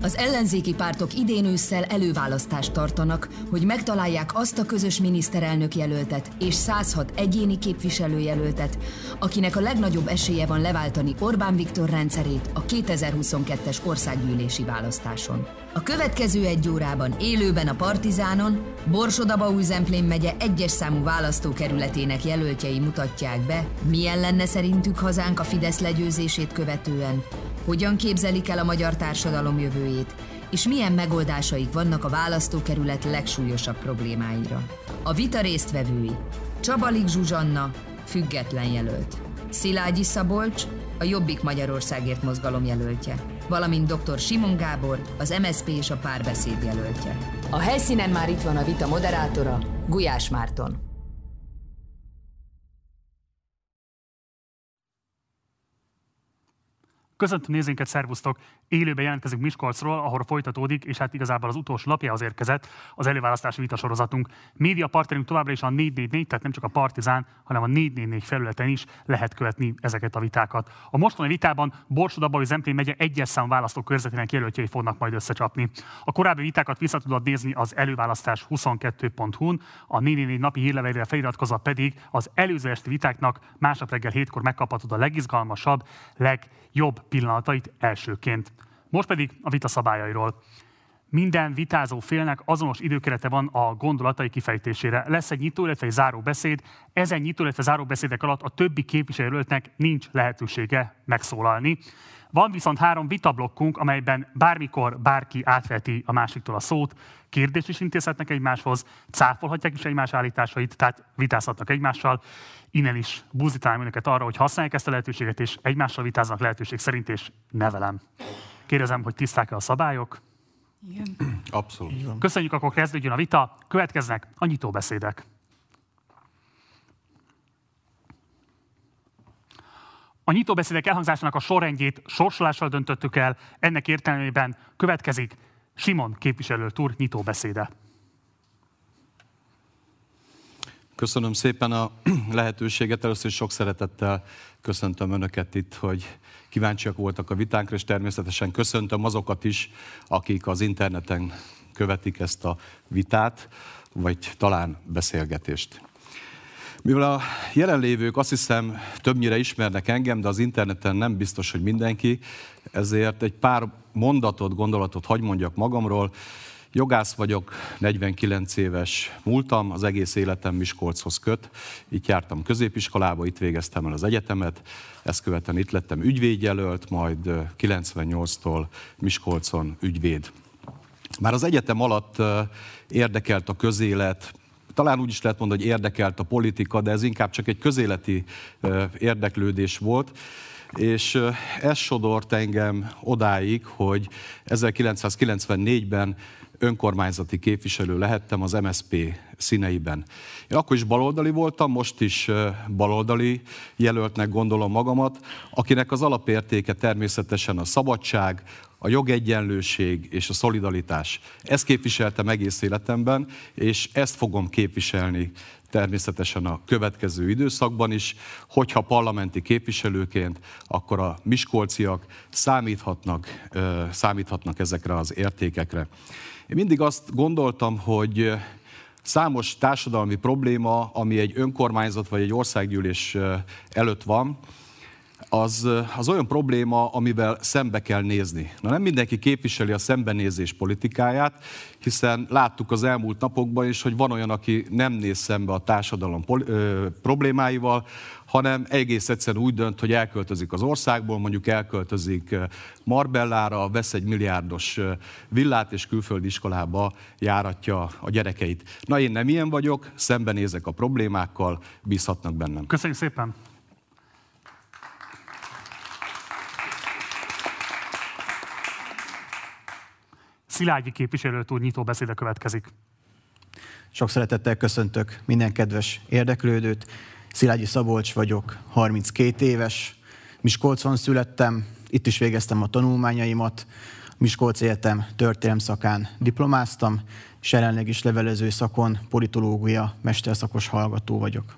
Az ellenzéki pártok idén ősszel előválasztást tartanak, hogy megtalálják azt a közös miniszterelnök jelöltet és 106 egyéni képviselőjelöltet, akinek a legnagyobb esélye van leváltani Orbán Viktor rendszerét a 2022-es országgyűlési választáson. A következő 1 órában élőben a Partizánon Borsod-Abaúj-Zemplén megye 1-es számú választókerületének jelöltjei mutatják be, milyen lenne szerintük hazánk a Fidesz legyőzését követően, hogyan képzelik el a magyar társadalom jövőjét, és milyen megoldásaik vannak a választókerület legsúlyosabb problémáira. A vita résztvevői: Csabalik Zsuzsanna, független jelölt; Szilágyi Szabolcs, a Jobbik Magyarországért mozgalom jelöltje, valamint dr. Simon Gábor, az MSZP és a Párbeszéd jelöltje. A helyszínen már itt van a vita moderátora, Gulyás Márton. Köszöntöm nézőinket, szervusztok! Élőben jelentkezünk Miskolcról, ahol folytatódik, és hát igazából az utolsó lapjához érkezett az előválasztási vitasorozatunk. Média partnerünk továbbra is a 444, tehát nem csak a Partizán, hanem a 444 felületen is lehet követni ezeket a vitákat. A mostani vitában Borsod-Abaúj-Zemplén megye 1-es számú választókörzetének jelöltjei fognak majd összecsapni. A korábbi vitákat vissza tudod nézni az előválasztás22.hu-n, a 444 napi hírlevelére feliratkozva pedig az előző esti vitáknak másnap reggel 7-kor megkaphatod a legizgalmasabb, legjobb pillanatait elsőként. Most pedig a vita szabályairól. Minden vitázó félnek azonos időkerete van a gondolatai kifejtésére. Lesz egy nyitó, illetve egy záró beszéd. Ezen nyitó, illetve záró beszédek alatt a többi képviselőjelöltnek nincs lehetősége megszólalni. Van viszont 3 vitablokkunk, amelyben bármikor bárki átveheti a másiktól a szót, kérdést is intézhetnek egymáshoz, cáfolhatják is egymás állításait, tehát vitázhatnak egymással. Innen is buzdítanám önöket arra, hogy használják ezt a lehetőséget, és egymással vitáznak lehetőség szerint, és ne velem. Kérdezem, hogy tiszták-e a szabályok? Igen. Abszolút. Köszönjük, akkor kezdődjön a vita. Következnek a nyitóbeszédek. A nyitóbeszédek elhangzásának a sorrendjét sorsolással döntöttük el, ennek értelmében következik Simon képviselő úr nyitóbeszéde. Köszönöm szépen a lehetőséget. Először is sok szeretettel köszöntöm önöket itt, hogy kíváncsiak voltak a vitánkra, és természetesen köszöntöm azokat is, akik az interneten követik ezt a vitát, vagy talán beszélgetést. Mivel a jelenlévők azt hiszem többnyire ismernek engem, de az interneten nem biztos, hogy mindenki, ezért egy pár gondolatot hagy mondjak magamról. Jogász vagyok, 49 éves múltam, az egész életem Miskolchoz köt. Itt jártam középiskolába, itt végeztem el az egyetemet, ezt követően itt lettem ügyvédjelölt, majd 98-tól Miskolcon ügyvéd. Már az egyetem alatt érdekelt a közélet, talán úgy is lehet mondani, hogy érdekelt a politika, de ez inkább csak egy közéleti érdeklődés volt, és ez sodort engem odáig, hogy 1994-ben önkormányzati képviselő lehettem az MSZP színeiben. Én akkor is baloldali voltam, most is baloldali jelöltnek gondolom magamat, akinek az alapértéke természetesen a szabadság, a jogegyenlőség és a szolidaritás. Ezt képviseltem egész életemben, és ezt fogom képviselni természetesen a következő időszakban is, hogyha parlamenti képviselőként, akkor a miskolciak számíthatnak ezekre az értékekre. Én mindig azt gondoltam, hogy számos társadalmi probléma, ami egy önkormányzat vagy egy országgyűlés előtt van, az olyan probléma, amivel szembe kell nézni. Na, nem mindenki képviseli a szembenézés politikáját, hiszen láttuk az elmúlt napokban is, hogy van olyan, aki nem néz szembe a társadalom problémáival, hanem egész egyszerűen úgy dönt, hogy elköltözik az országból, mondjuk elköltözik Marbellára, vesz egy milliárdos villát, és külföldi iskolába járatja a gyerekeit. Na, én nem ilyen vagyok, szembenézek a problémákkal, bízhatnak bennem. Köszönjük szépen! Szilágyi képviselő úr nyitóbeszéde következik. Sok szeretettel köszöntök minden kedves érdeklődőt. Szilágyi Szabolcs vagyok, 32 éves. Miskolcon születtem, itt is végeztem a tanulmányaimat. Miskolci Egyetem történelem szakán diplomáztam, és jelenleg is levelező szakon politológia mesterszakos hallgató vagyok.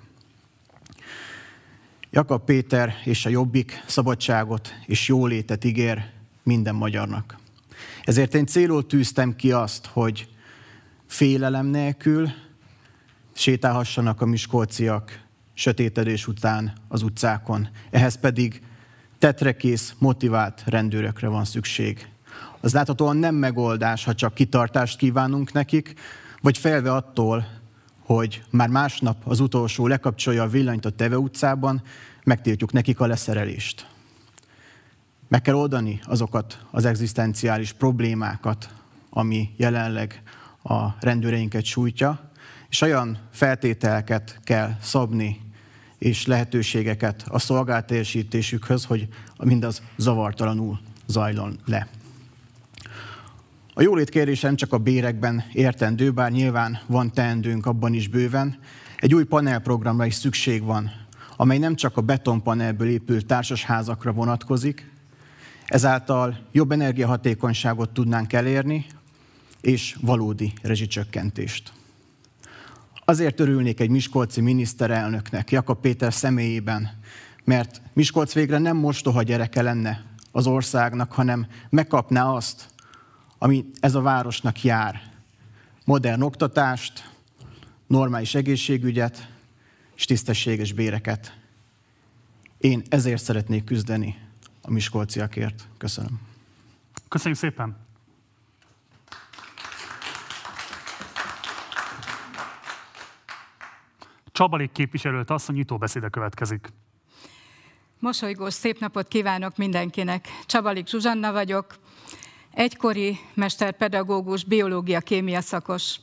Jakab Péter és a Jobbik szabadságot és jólétet ígér minden magyarnak. Ezért én célul tűztem ki azt, hogy félelem nélkül sétálhassanak a miskolciak sötétedés után az utcákon. Ehhez pedig tetrekész, motivált rendőrökre van szükség. Az láthatóan nem megoldás, ha csak kitartást kívánunk nekik, vagy félve attól, hogy már másnap az utolsó lekapcsolja a villanyt a Teve utcában, megtiltjuk nekik a leszerelést. Meg kell oldani azokat az egzisztenciális problémákat, ami jelenleg a rendőreinket sújtja, és olyan feltételeket kell szabni, és lehetőségeket a szolgáltteljesítésükhöz, hogy mindaz zavartalanul zajlon le. A jólét kérdése nem csak a bérekben értendő, bár nyilván van teendőnk abban is bőven. Egy új panelprogramra is szükség van, amely nem csak a betonpanelből épült társasházakra vonatkozik, ezáltal jobb energiahatékonyságot tudnánk elérni, és valódi rezsicsökkentést. Azért örülnék egy miskolci miniszterelnöknek, Jakab Péter személyében, mert Miskolc végre nem mostoha gyereke lenne az országnak, hanem megkapná azt, ami ez a városnak jár. Modern oktatást, normális egészségügyet és tisztességes béreket. Én ezért szeretnék küzdeni a miskolciakért. Köszönöm. Köszönjük szépen! Csabalék képviselőt asszony nyitóbeszéde következik. Mosolygós szép napot kívánok mindenkinek. Csabalék Zsuzsanna vagyok, egykori mesterpedagógus, biológia-kémia szakos.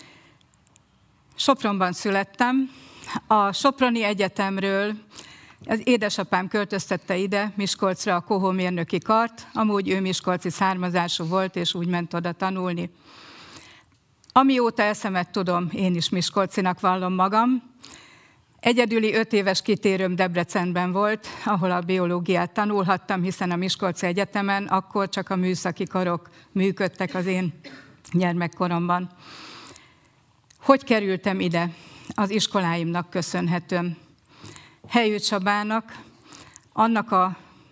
Sopronban születtem. A Soproni Egyetemről az édesapám költöztette ide, Miskolcra a kohómérnöki kart, amúgy ő miskolci származású volt, és úgy ment oda tanulni. Amióta eszemet tudom, én is miskolcinak vallom magam. Egyedüli 5 éves kitérőm Debrecenben volt, ahol a biológiát tanulhattam, hiszen a Miskolci Egyetemen akkor csak a műszaki karok működtek az én gyermekkoromban. Hogy kerültem ide? Az iskoláimnak köszönhetően. Helyő Csabának, annak a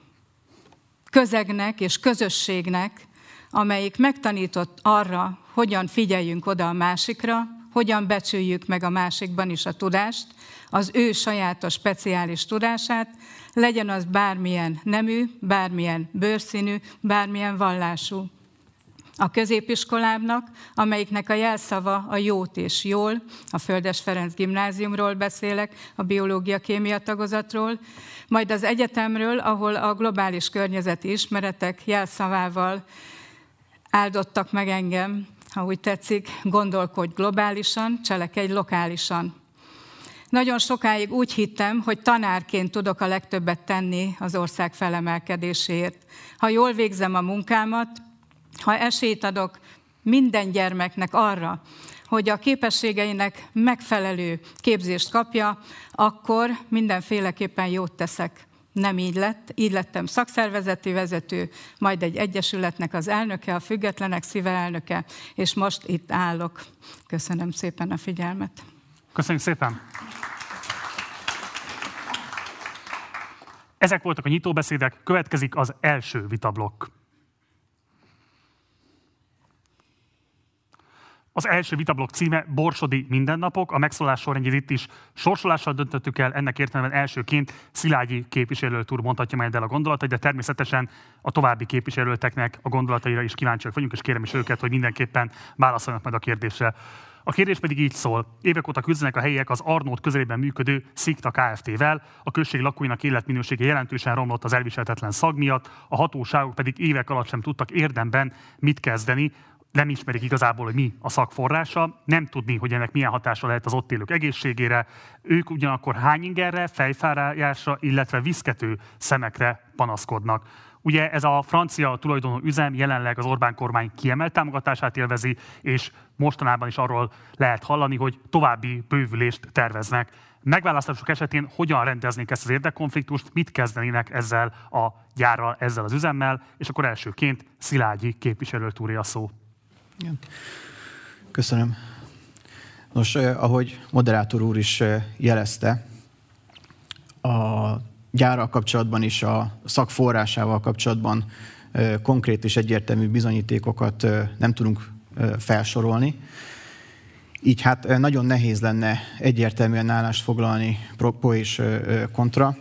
közegnek és közösségnek, amelyik megtanított arra, hogyan figyeljünk oda a másikra, hogyan becsüljük meg a másikban is a tudást, az ő sajátos, speciális tudását, legyen az bármilyen nemű, bármilyen bőrszínű, bármilyen vallású. A középiskolámnak, amelyiknek a jelszava a jót és jól, a Földes Ferenc gimnáziumról beszélek, a biológia-kémia tagozatról, majd az egyetemről, ahol a globális környezeti ismeretek jelszavával áldottak meg engem, ha úgy tetszik, gondolkodj globálisan, cselekedj lokálisan. Nagyon sokáig úgy hittem, hogy tanárként tudok a legtöbbet tenni az ország felemelkedéséért. Ha jól végzem a munkámat, ha esélyt adok minden gyermeknek arra, hogy a képességeinek megfelelő képzést kapja, akkor mindenféleképpen jót teszek. Nem így lett, így lettem szakszervezeti vezető, majd egy egyesületnek az elnöke, a Függetlenek Szíve elnöke, és most itt állok. Köszönöm szépen a figyelmet. Köszönjük szépen! Ezek voltak a nyitóbeszédek, következik az első vitablokk. Az első vitablokk címe Borsodi mindennapok, a megszólalás sorrendjét itt is sorsolással döntöttük el, ennek értelemben elsőként Szilágyi képviselőt úr mondhatja majd el a gondolatait, de természetesen a további képviselőteknek a gondolataira is kíváncsiak vagyunk, és kérem is őket, hogy mindenképpen válaszoljanak meg a kérdésre. A kérdés pedig így szól. Évek óta küzdenek a helyiek az Arnót közelében működő Szikta Kft-vel, a község lakóinak életminősége jelentősen romlott az elviselhetetlen szag miatt, a hatóságok pedig évek alatt sem tudtak érdemben mit kezdeni, nem ismerik igazából, hogy mi a szag forrása, nem tudni, hogy ennek milyen hatása lehet az ott élők egészségére. Ők ugyanakkor hányingerre, fejfájásra, illetve viszkető szemekre panaszkodnak. Ugye ez a francia tulajdonú üzem jelenleg az Orbán kormány kiemelt támogatását élvezi, és mostanában is arról lehet hallani, hogy további bővülést terveznek. Megválasztások esetén hogyan rendeznék ezt az érdekkonfliktust, mit kezdenének ezzel a gyárral, ezzel az üzemmel, és akkor elsőként Szilágyi képviselőt úré a szó. Köszönöm. Nos, ahogy moderátor úr is jelezte, a gyárral kapcsolatban és a szag forrásával kapcsolatban konkrét és egyértelmű bizonyítékokat nem tudunk felsorolni. Így hát nagyon nehéz lenne egyértelműen állást foglalni pro és kontra,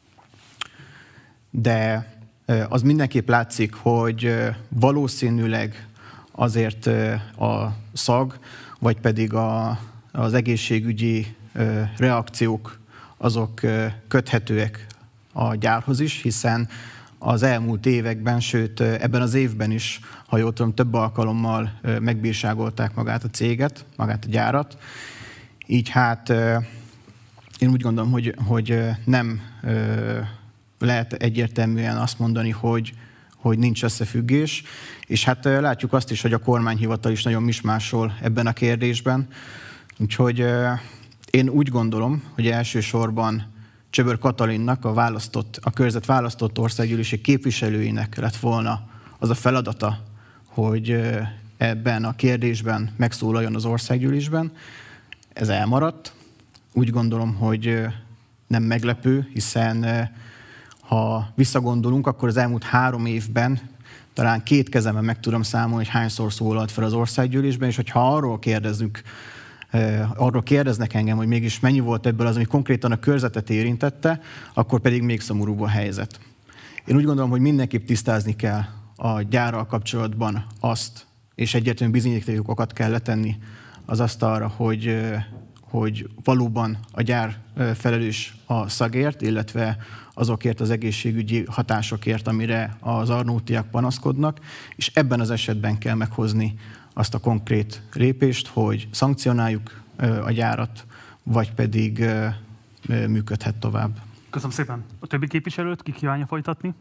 de az mindenképp látszik, hogy valószínűleg azért a szag, vagy pedig az egészségügyi reakciók azok köthetőek a gyárhoz is, hiszen az elmúlt években, sőt ebben az évben is, ha jól tudom, több alkalommal megbírságolták magát a céget, magát a gyárat. Így hát én úgy gondolom, hogy nem lehet egyértelműen azt mondani, hogy nincs összefüggés, és hát látjuk azt is, hogy a kormányhivatal is nagyon mismásol ebben a kérdésben. Úgyhogy én úgy gondolom, hogy elsősorban Csöbör Katalinnak, a körzet választott országgyűlési képviselőinek lett volna az a feladata, hogy ebben a kérdésben megszólaljon az országgyűlésben. Ez elmaradt. Úgy gondolom, hogy nem meglepő, hiszen ha visszagondolunk, akkor az elmúlt 3 évben talán 2 kezemben meg tudom számolni, hogy hányszor szólalt fel az országgyűlésben, és hogyha arról kérdeznek engem, hogy mégis mennyi volt ebből az, ami konkrétan a körzetet érintette, akkor pedig még szomorúbb a helyzet. Én úgy gondolom, hogy mindenképp tisztázni kell a gyárral kapcsolatban azt, és egyértelmű bizonyítékokat kell letenni az asztalra, hogy valóban a gyár felelős a szagért, illetve azokért az egészségügyi hatásokért, amire az arnótiak panaszkodnak, és ebben az esetben kell meghozni azt a konkrét lépést, hogy szankcionáljuk a gyárat, vagy pedig működhet tovább. Köszönöm szépen. A többi képviselőt ki kívánja folytatni?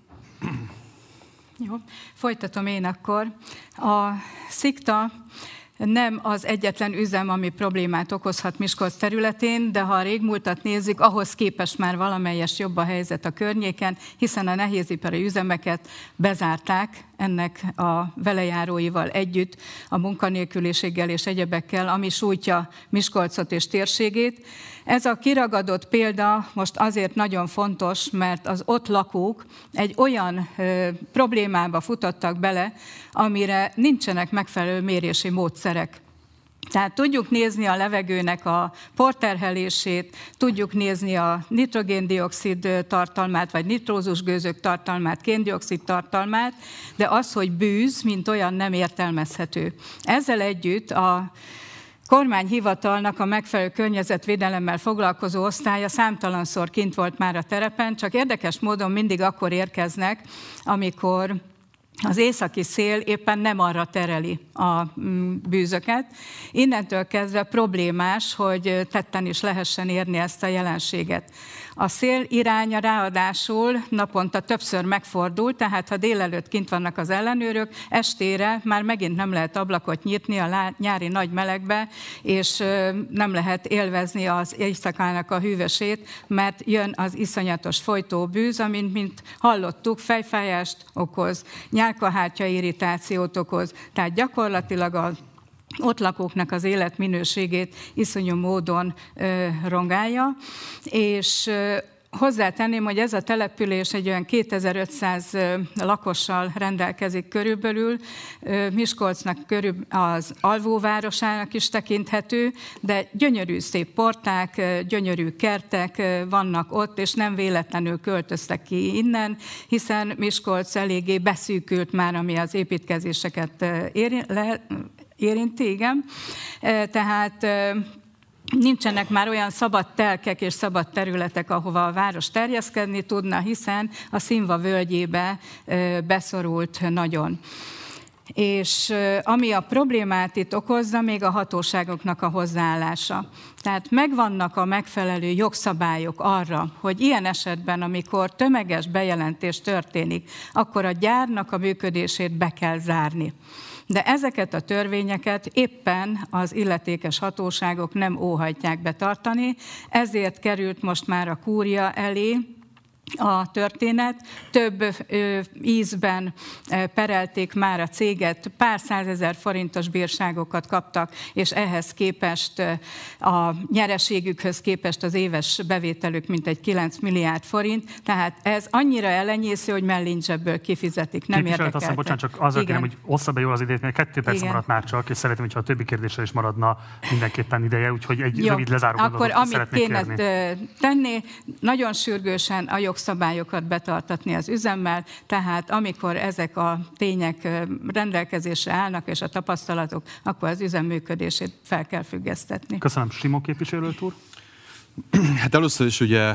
Jó, folytatom én akkor. A Szikta nem az egyetlen üzem, ami problémát okozhat Miskolc területén, de ha a régmúltat nézzük, ahhoz képest már valamelyes jobb a helyzet a környéken, hiszen a nehézipari üzemeket bezárták ennek a velejáróival együtt, a munkanélküliséggel és egyebekkel, ami sújtja Miskolcot és térségét. Ez a kiragadott példa most azért nagyon fontos, mert az ott lakók egy olyan problémába futottak bele, amire nincsenek megfelelő mérési módszerek. Tehát tudjuk nézni a levegőnek a porterhelését, tudjuk nézni a nitrogén-dioxid tartalmát, vagy nitrózusgőzök tartalmát, kén-dioxid tartalmát, de az, hogy bűz, mint olyan nem értelmezhető. Ezzel együtt a kormányhivatalnak a megfelelő környezetvédelemmel foglalkozó osztálya számtalanszor kint volt már a terepen, csak érdekes módon mindig akkor érkeznek, amikor az északi szél éppen nem arra tereli a bűzöket. Innentől kezdve problémás, hogy tetten is lehessen érni ezt a jelenséget. A szél iránya ráadásul naponta többször megfordul, tehát ha délelőtt kint vannak az ellenőrök, estére már megint nem lehet ablakot nyitni a nyári nagy melegbe, és nem lehet élvezni az éjszakának a hűvösét, mert jön az iszonyatos folytóbűz, amint mint hallottuk, fejfájást okoz, nyálkahártya irritációt okoz, tehát gyakorlatilag a ott lakóknak az életminőségét iszonyú módon rongálja, és hozzátenném, hogy ez a település egy olyan 2500 lakossal rendelkezik körülbelül, Miskolcnak az alvóvárosának is tekinthető, de gyönyörű szép porták, gyönyörű kertek vannak ott, és nem véletlenül költöztek ki innen, hiszen Miskolc eléggé beszűkült már, ami az építkezéseket érinti, igen. Tehát nincsenek már olyan szabad telkek és szabad területek, ahova a város terjeszkedni tudna, hiszen a Színva völgyébe beszorult nagyon. És ami a problémát itt okozza, még a hatóságoknak a hozzáállása. Tehát megvannak a megfelelő jogszabályok arra, hogy ilyen esetben, amikor tömeges bejelentés történik, akkor a gyárnak a működését be kell zárni. De ezeket a törvényeket éppen az illetékes hatóságok nem óhajtják betartani, ezért került most már a kúria elé a történet. Több ízben perelték már a céget, pár százezer forintos bírságokat kaptak, és ehhez képest a nyereségükhöz képest az éves bevételük mintegy 9 milliárd forint, tehát ez annyira elenyésző, hogy mellincsebből kifizetik, nem érdekeltek. Bocsánat, csak azért kérem, hogy ossza be jól az idejét, mert 2 perc maradt már csak, és szeretném, hogyha a többi kérdésre is maradna mindenképpen ideje, úgyhogy egy rövid lezáró gondolatot akkor szeretnék amit kérni. kéne tenni, nagyon sürgősen a jogszabályokat betartatni az üzemmel, tehát amikor ezek a tények rendelkezésre állnak és a tapasztalatok, akkor az üzem működését fel kell függesztetni. Köszönöm, Simon képviselőt úr. Hát először is ugye,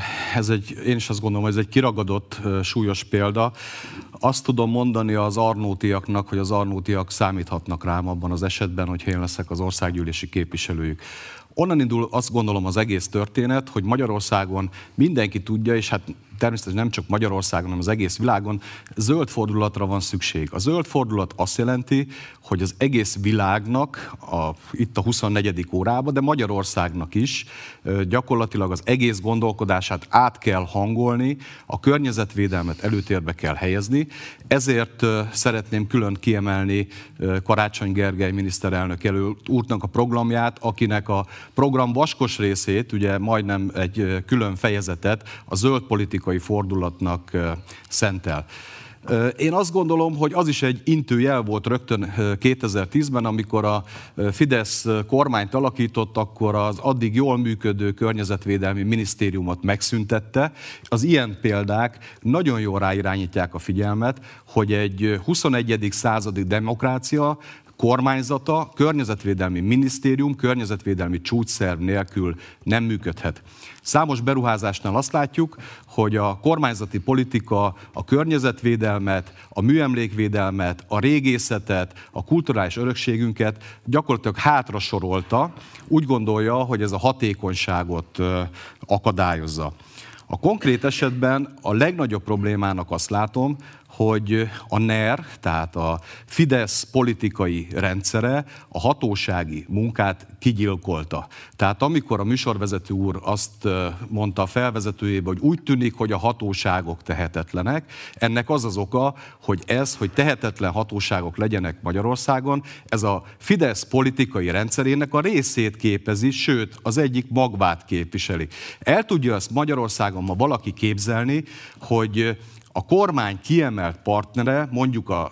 én is azt gondolom, hogy ez egy kiragadott, súlyos példa. Azt tudom mondani az arnótiaknak, hogy az arnótiak számíthatnak rám abban az esetben, hogyha én leszek az országgyűlési képviselőjük. Onnan indul azt gondolom az egész történet, hogy Magyarországon mindenki tudja, és hát természetesen nem csak Magyarországon, hanem az egész világon zöld fordulatra van szükség. A zöld fordulat azt jelenti, hogy az egész világnak, itt a 24. órában, de Magyarországnak is gyakorlatilag az egész gondolkodását át kell hangolni, a környezetvédelmet előtérbe kell helyezni. Ezért szeretném külön kiemelni Karácsony Gergely miniszterelnök jelölt úrnak a programját, akinek a program vaskos részét, ugye majdnem egy külön fejezetet a zöld politikai fordulatnak szentel. Én azt gondolom, hogy az is egy intőjel volt rögtön 2010-ben, amikor a Fidesz kormányt alakított, akkor az addig jól működő környezetvédelmi minisztériumot megszüntette. Az ilyen példák nagyon jól ráirányítják a figyelmet, hogy egy 21. századi demokrácia kormányzata, környezetvédelmi minisztérium, környezetvédelmi csúcsszerv nélkül nem működhet. Számos beruházásnál azt látjuk, hogy a kormányzati politika a környezetvédelmet, a műemlékvédelmet, a régészetet, a kulturális örökségünket gyakorlatilag hátra sorolta, úgy gondolja, hogy ez a hatékonyságot akadályozza. A konkrét esetben a legnagyobb problémának azt látom, hogy a NER, tehát a Fidesz politikai rendszere a hatósági munkát kigyilkolta. Tehát amikor a műsorvezető úr azt mondta a felvezetőjében, hogy úgy tűnik, hogy a hatóságok tehetetlenek, ennek az az oka, hogy hogy tehetetlen hatóságok legyenek Magyarországon, ez a Fidesz politikai rendszerének a részét képezi, sőt, az egyik magvát képviseli. El tudja ezt Magyarországon ma valaki képzelni, hogy a kormány kiemelt partnere, mondjuk a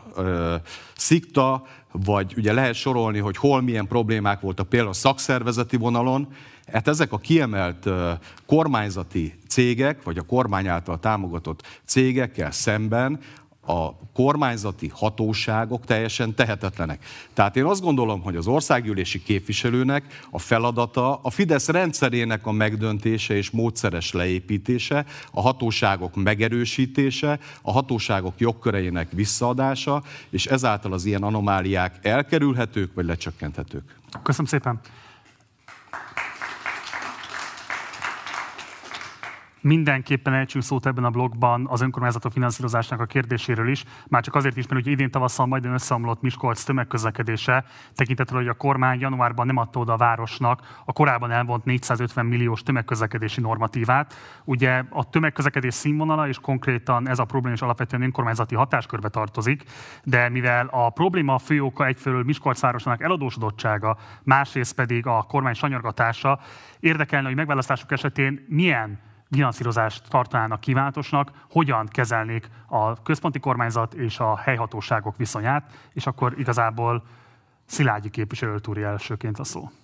SZIKTA, vagy ugye lehet sorolni, hogy hol milyen problémák voltak például a szakszervezeti vonalon, hát ezek a kiemelt kormányzati cégek, vagy a kormány által támogatott cégekkel szemben a kormányzati hatóságok teljesen tehetetlenek. Tehát én azt gondolom, hogy az országgyűlési képviselőnek a feladata a Fidesz rendszerének a megdöntése és módszeres leépítése, a hatóságok megerősítése, a hatóságok jogköreinek visszaadása, és ezáltal az ilyen anomáliák elkerülhetők vagy lecsökkenthetők. Köszönöm szépen! Mindenképpen ejtsünk szót ebben a blogban az önkormányzatok finanszírozásnak a kérdéséről is, már csak azért is, mert ugye idén tavasszal majdnem összeomlott Miskolc tömegközlekedése, tekintettel, hogy a kormány januárban nem adta oda a városnak a korábban elvont 450 milliós tömegközlekedési normatívát. Ugye a tömegközlekedés színvonala, és konkrétan ez a probléma is alapvetően önkormányzati hatáskörbe tartozik, de mivel a probléma fő oka egyfelől Miskolc városának eladósodottsága, másrészt pedig a kormány sanyargatása, érdekelne, hogy megválasztások esetén milyen finanszírozást tartanának kívánatosnak, hogyan kezelnék a központi kormányzat és a helyhatóságok viszonyát, és akkor igazából Szilágyi képviselőt úr elsőként a szó.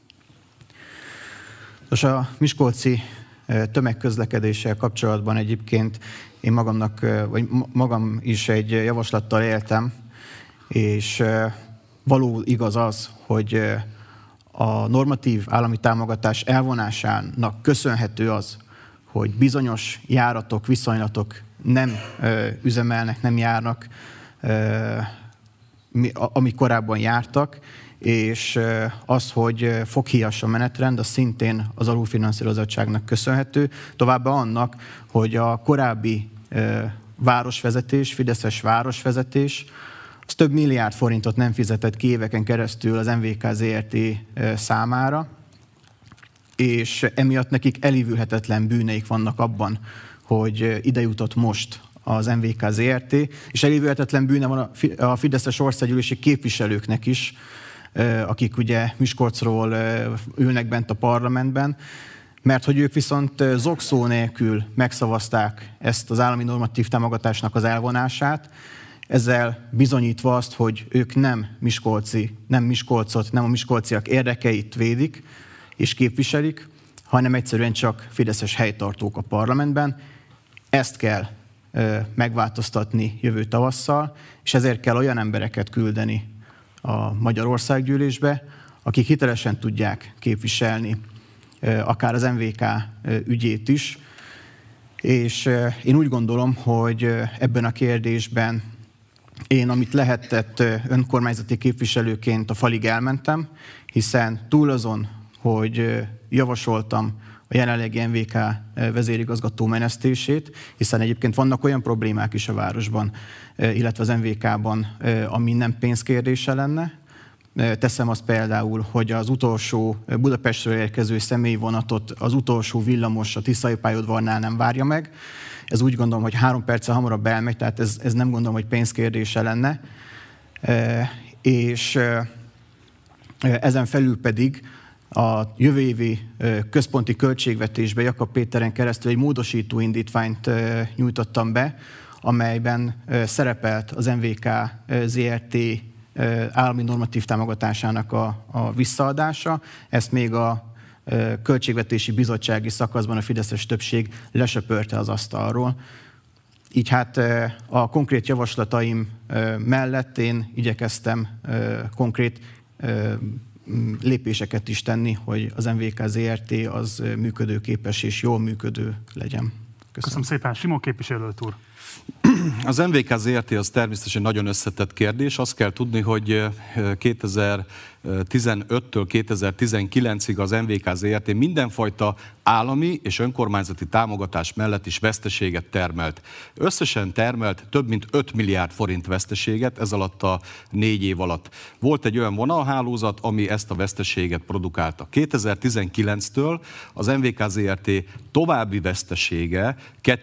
Most a miskolci tömegközlekedéssel kapcsolatban egyébként én magam is egy javaslattal éltem, és való igaz az, hogy a normatív állami támogatás elvonásának köszönhető az, hogy bizonyos járatok, viszonylatok nem üzemelnek, nem járnak, amik korábban jártak, és az, hogy foghíjas a menetrend, az szintén az alulfinanszírozottságnak köszönhető. Továbbá annak, hogy a korábbi városvezetés, fideszes városvezetés, az több milliárd forintot nem fizetett ki éveken keresztül az MVK ZRT számára, és emiatt nekik elívülhetetlen bűneik vannak abban, hogy ide jutott most az MVK ZRT, és elévülhetetlen bűne van a fideszes országgyűlési képviselőknek is, akik ugye Miskolcról ülnek bent a parlamentben, mert hogy ők viszont zokszó nélkül megszavazták ezt az állami normatív támogatásnak az elvonását, ezzel bizonyítva azt, hogy ők nem Miskolcot, nem a miskolciak érdekeit védik és képviselik, hanem egyszerűen csak fideszes helytartók a parlamentben. Ezt kell megváltoztatni jövő tavasszal, és ezért kell olyan embereket küldeni a Magyar Országgyűlésbe, akik hitelesen tudják képviselni akár az MVK ügyét is. És én úgy gondolom, hogy ebben a kérdésben én, amit lehetett önkormányzati képviselőként a falig elmentem, hiszen túl azon, hogy javasoltam a jelenlegi MVK vezérigazgató menesztését, hiszen egyébként vannak olyan problémák is a városban, illetve az MVK-ban, ami nem pénzkérdése lenne. Teszem azt például, hogy az utolsó Budapestről érkező személyvonatot az utolsó villamos a Tiszai pályaudvarnál nem várja meg. Ez úgy gondolom, hogy 3 perccel hamarabb elmegy, tehát ez nem gondolom, hogy pénzkérdése lenne. És ezen felül pedig a jövő évi központi költségvetésbe Jakab Péteren keresztül egy módosító indítványt nyújtottam be, amelyben szerepelt az MVK ZRT állami normatív támogatásának a visszaadása. Ezt még a költségvetési bizottsági szakaszban a fideszes többség lesöpörte az asztalról. Így hát a konkrét javaslataim mellett én igyekeztem konkrét lépéseket is tenni, hogy az MVK ZRT az működőképes és jól működő legyen. Köszönöm szépen. Simon képviselőt úr. Az MVK ZRT az természetesen nagyon összetett kérdés. Azt kell tudni, hogy 2015-től 2019-ig az MVK ZRT mindenfajta állami és önkormányzati támogatás mellett is veszteséget termelt. Összesen termelt több mint 5 milliárd forint veszteséget ez alatt a 4 év alatt. Volt egy olyan vonalhálózat, ami ezt a veszteséget produkálta. 2019-től az MVK ZRT további vesztesége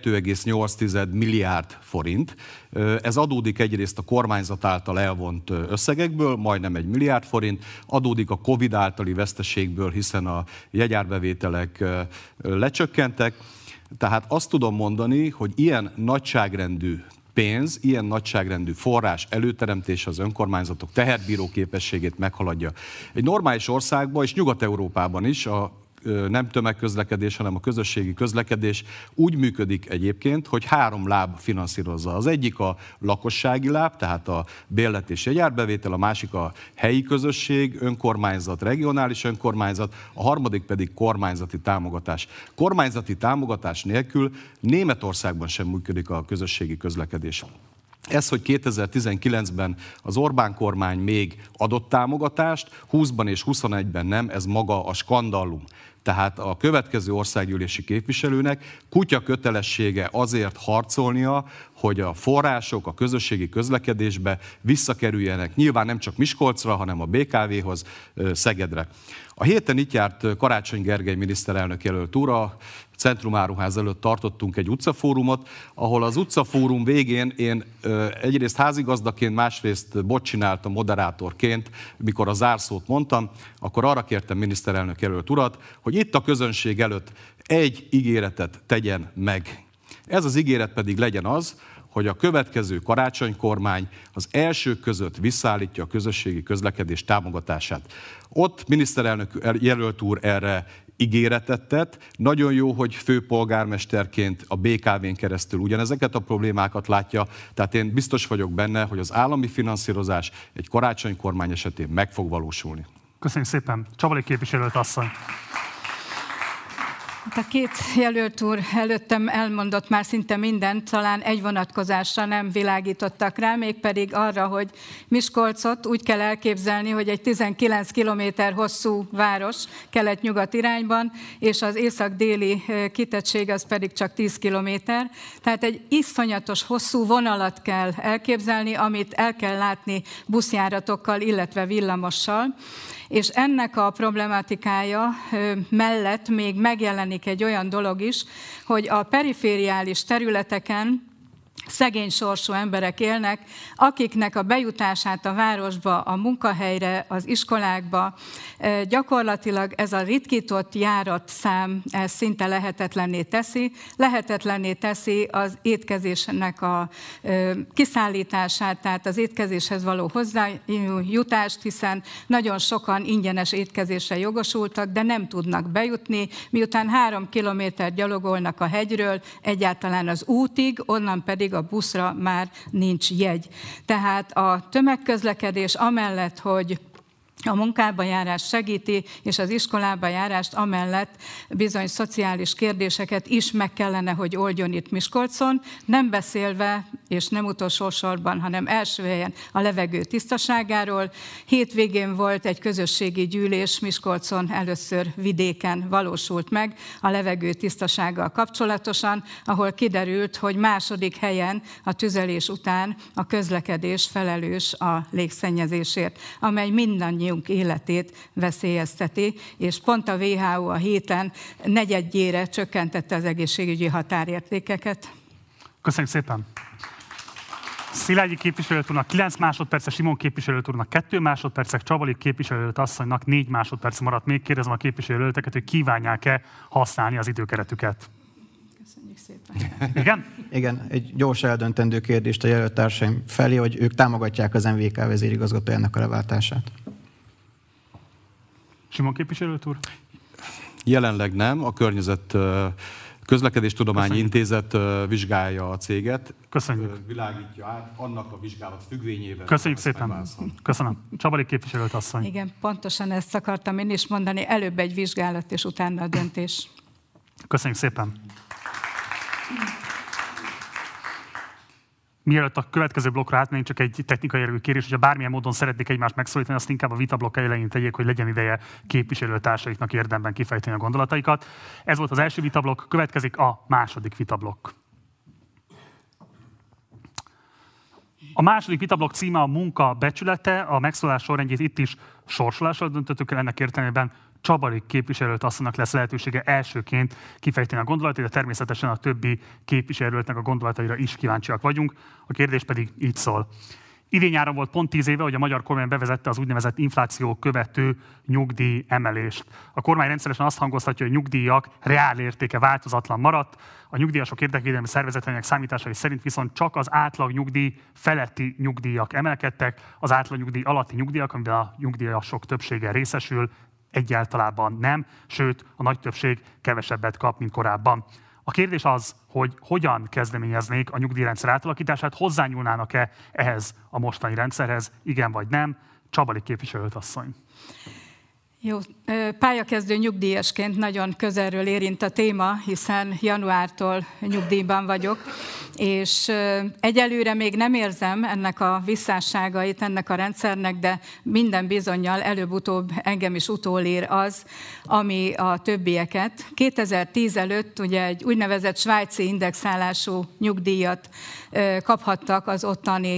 2,8 milliárd forint. Ez adódik egyrészt a kormányzat által elvont összegekből, majdnem 1 milliárd forint, adódik a Covid általi veszteségből, hiszen a jegyárbevételek lecsökkentek. Tehát azt tudom mondani, hogy ilyen nagyságrendű pénz, ilyen nagyságrendű forrás előteremtése az önkormányzatok teherbíró képességét meghaladja. Egy normális országban és Nyugat-Európában is a nem tömegközlekedés, hanem a közösségi közlekedés úgy működik egyébként, hogy 3 láb finanszírozza. Az egyik a lakossági láb, tehát a bérlet és jegyárbevétel, a másik a helyi közösség, önkormányzat, regionális önkormányzat, a harmadik pedig kormányzati támogatás. Kormányzati támogatás nélkül Németországban sem működik a közösségi közlekedés. Ez, hogy 2019-ben az Orbán kormány még adott támogatást, 20-ban és 21-ben nem, ez maga a skandallum. Tehát a következő országgyűlési képviselőnek kutya kötelessége azért harcolnia, hogy a források a közösségi közlekedésbe visszakerüljenek. Nyilván nem csak Miskolcra, hanem a BKV-hoz, Szegedre. A héten itt járt Karácsony Gergely miniszterelnök jelölt úr, a Centrumáruház előtt tartottunk egy utcafórumot, ahol az utcafórum végén én egyrészt házigazdaként, másrészt bot csináltam moderátorként, mikor a zárszót mondtam, akkor arra kértem miniszterelnök jelölt urat, hogy itt a közönség előtt egy ígéretet tegyen meg. Ez az ígéret pedig legyen az, hogy a következő Karácsony-kormány az elsők között visszaállítja a közösségi közlekedés támogatását. Ott miniszterelnök jelölt úr erre ígéretet tett. Nagyon jó, hogy főpolgármesterként a BKV-n keresztül ugyanezeket a problémákat látja, tehát én biztos vagyok benne, hogy az állami finanszírozás egy Karácsony-kormány esetén meg fog valósulni. Köszönjük szépen. Csavali képviselőt asszony. A 2 jelölt úr előttem elmondott már szinte mindent, talán egy vonatkozásra nem világítottak rá, mégpedig arra, hogy Miskolcot úgy kell elképzelni, hogy egy 19 kilométer hosszú város kelet-nyugat irányban, és az észak-déli kitettség az pedig csak 10 kilométer. Tehát egy iszonyatos hosszú vonalat kell elképzelni, amit el kell látni buszjáratokkal, illetve villamossal. És ennek a problematikája mellett még megjelenik egy olyan dolog is, hogy a perifériális területeken szegény sorsú emberek élnek, akiknek a bejutását a városba, a munkahelyre, az iskolákba gyakorlatilag ez a ritkított járatszám szinte lehetetlenné teszi az étkezésnek a kiszállítását, tehát az étkezéshez való hozzájutást, hiszen nagyon sokan ingyenes étkezésre jogosultak, de nem tudnak bejutni, miután 3 kilométer gyalogolnak a hegyről, egyáltalán az útig, onnan pedig a buszra már nincs jegy. Tehát a tömegközlekedés amellett, hogy a munkába járás segíti, és az iskolába járást amellett bizony szociális kérdéseket is meg kellene, hogy oldjon itt Miskolcon, nem beszélve, és nem utolsó sorban, hanem első helyen a levegő tisztaságáról. Hétvégén volt egy közösségi gyűlés Miskolcon, először vidéken valósult meg a levegő tisztasággal kapcsolatosan, ahol kiderült, hogy második helyen a tüzelés után a közlekedés felelős a légszennyezésért, amely mindannyiunk életét veszélyezteti, és pont a WHO a héten negyedjére csökkentette az egészségügyi határértékeket. Köszönjük szépen! Szilágyi képviselőt úrnak 9 másodperce, Simon képviselőt úrnak 2 másodpercek, Csabalik képviselőt asszonynak 4 másodperc maradt még. Kérdezem a képviselőteket, hogy kívánják-e használni az időkeretüket. Köszönjük szépen. Igen? Igen, egy gyors eldöntendő kérdést a jelölttársaim felé, hogy ők támogatják az MVK vezérigazgatójának a leváltását. Simon képviselőt úr? Jelenleg nem, a Közlekedéstudományi Intézet vizsgálja a céget. Köszönjük. Világítja át annak a vizsgálat függvényében. Köszönjük szépen. Köszönöm. Csabalik képviselőt asszony. Igen, pontosan ezt akartam én is mondani. Előbb egy vizsgálat, és utána a döntés. Köszönjük szépen. Mielőtt a következő blokkra átmennénk, csak egy technikai jellegű kérés, hogyha bármilyen módon szeretnék egymást megszólítani, azt inkább a vitablokk elején tegyék, hogy legyen ideje képviselőtársaiknak érdemben kifejteni a gondolataikat. Ez volt az első vitablokk, következik a második vitablokk. A második vitablokk címe a munka becsülete, a megszólás sorrendjét itt is sorsolással döntöttük el, ennek értelmében Csabalik képviselőt asszonynak lesz lehetősége elsőként kifejteni a gondolatait, de természetesen a többi képviselőtnek a gondolataira is kíváncsiak vagyunk. A kérdés pedig így szól. Idén nyáron volt pont 10 éve, hogy a magyar kormány bevezette az úgynevezett infláció követő nyugdíj emelést. A kormány rendszeresen azt hangoztatja, hogy a nyugdíjak reál értéke változatlan maradt. A nyugdíjasok érdekvédelmi szervezetének számításai szerint viszont csak az átlag nyugdíj feletti nyugdíjak emelkedtek, az átlag nyugdíj alatti nyugdíjak, amiben a nyugdíjasok többsége részesül, egyáltalán nem, sőt, a nagy többség kevesebbet kap, mint korábban. A kérdés az, hogy hogyan kezdeményeznék a nyugdíjrendszer átalakítását, hozzányúlnának-e ehhez a mostani rendszerhez, igen vagy nem? Csabalik képviselőt asszony. Jó, pályakezdő nyugdíjasként nagyon közelről érint a téma, hiszen januártól nyugdíjban vagyok, és egyelőre még nem érzem ennek a visszásságait, ennek a rendszernek, de minden bizonnyal előbb-utóbb engem is utolér az, ami a többieket. 2010 előtt ugye egy úgynevezett svájci indexálású nyugdíjat kaphattak az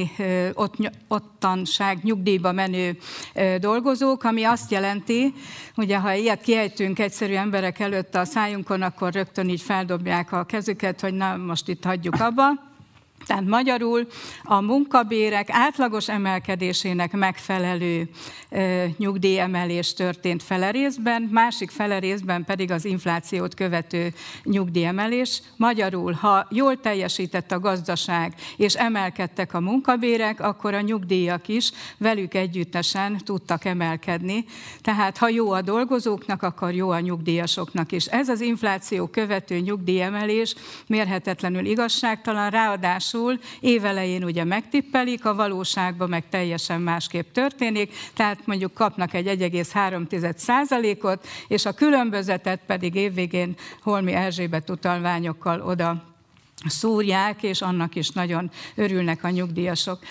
ottanság nyugdíjba menő dolgozók, ami azt jelenti, ugye ha ilyet kiejtünk egyszerű emberek előtt a szájunkon, akkor rögtön így feldobják a kezüket, hogy na, most itt hagyjuk abba. Tehát magyarul a munkabérek átlagos emelkedésének megfelelő nyugdíjemelés történt fele részben, másik fele részben pedig az inflációt követő nyugdíjemelés. Magyarul, ha jól teljesített a gazdaság és emelkedtek a munkabérek, akkor a nyugdíjak is velük együttesen tudtak emelkedni. Tehát ha jó a dolgozóknak, akkor jó a nyugdíjasoknak is. Ez az infláció követő nyugdíjemelés mérhetetlenül igazságtalan, ráadásul évelején ugye megtippelik, a valóságban meg teljesen másképp történik, tehát mondjuk kapnak egy 1,3%-ot, és a különbözetet pedig évvégén Holmi Erzsébet utalványokkal oda szúrják, és annak is nagyon örülnek a nyugdíjasok.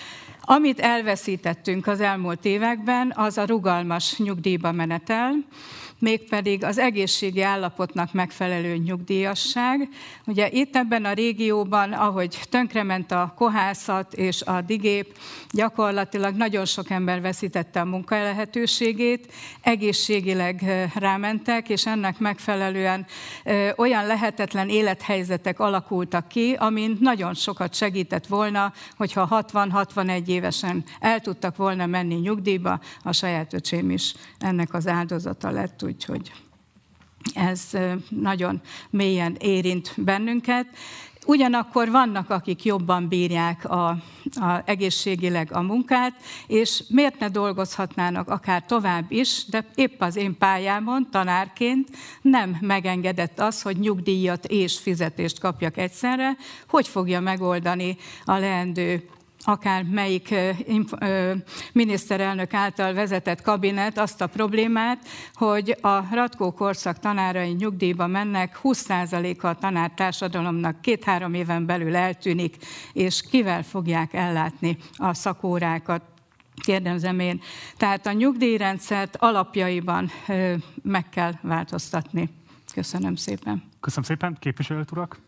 Amit elveszítettünk az elmúlt években, az a rugalmas nyugdíjba menetel, mégpedig az egészségi állapotnak megfelelő nyugdíjasság. Ugye itt ebben a régióban, ahogy tönkrement a kohászat és a digép, gyakorlatilag nagyon sok ember veszítette a munkalehetőségét, egészségileg rámentek, és ennek megfelelően olyan lehetetlen élethelyzetek alakultak ki, amin nagyon sokat segített volna, hogyha 60-61 évesen el tudtak volna menni nyugdíjba, a saját öcsém is ennek az áldozata lett. Úgyhogy ez nagyon mélyen érint bennünket. Ugyanakkor vannak, akik jobban bírják egészségileg a munkát, és miért ne dolgozhatnának akár tovább is, de épp az én pályámon tanárként nem megengedett az, hogy nyugdíjat és fizetést kapjak egyszerre. Hogy fogja megoldani a leendő akár melyik miniszterelnök által vezetett kabinet azt a problémát, hogy a Ratkó korszak tanárai nyugdíjba mennek, 20%-a a tanártársadalomnak 2-3 éven belül eltűnik, és kivel fogják ellátni a szakórákat, kérdezem én. Tehát a nyugdíjrendszert alapjaiban meg kell változtatni. Köszönöm szépen. Köszönöm szépen, képviselőt urak.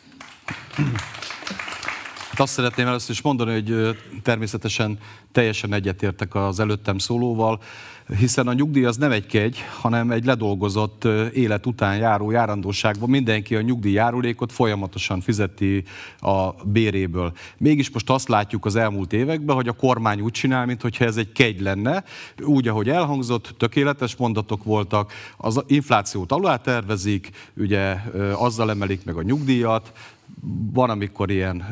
Azt szeretném először is mondani, hogy természetesen teljesen egyetértek az előttem szólóval, hiszen a nyugdíj az nem egy kegy, hanem egy ledolgozott élet után járó járandóságban. Mindenki a nyugdíjjárulékot folyamatosan fizeti a béréből. Mégis most azt látjuk az elmúlt években, hogy a kormány úgy csinál, mintha ez egy kegy lenne. Úgy, ahogy elhangzott, tökéletes mondatok voltak, az inflációt alultervezik, ugye azzal emelik meg a nyugdíjat, van, amikor ilyen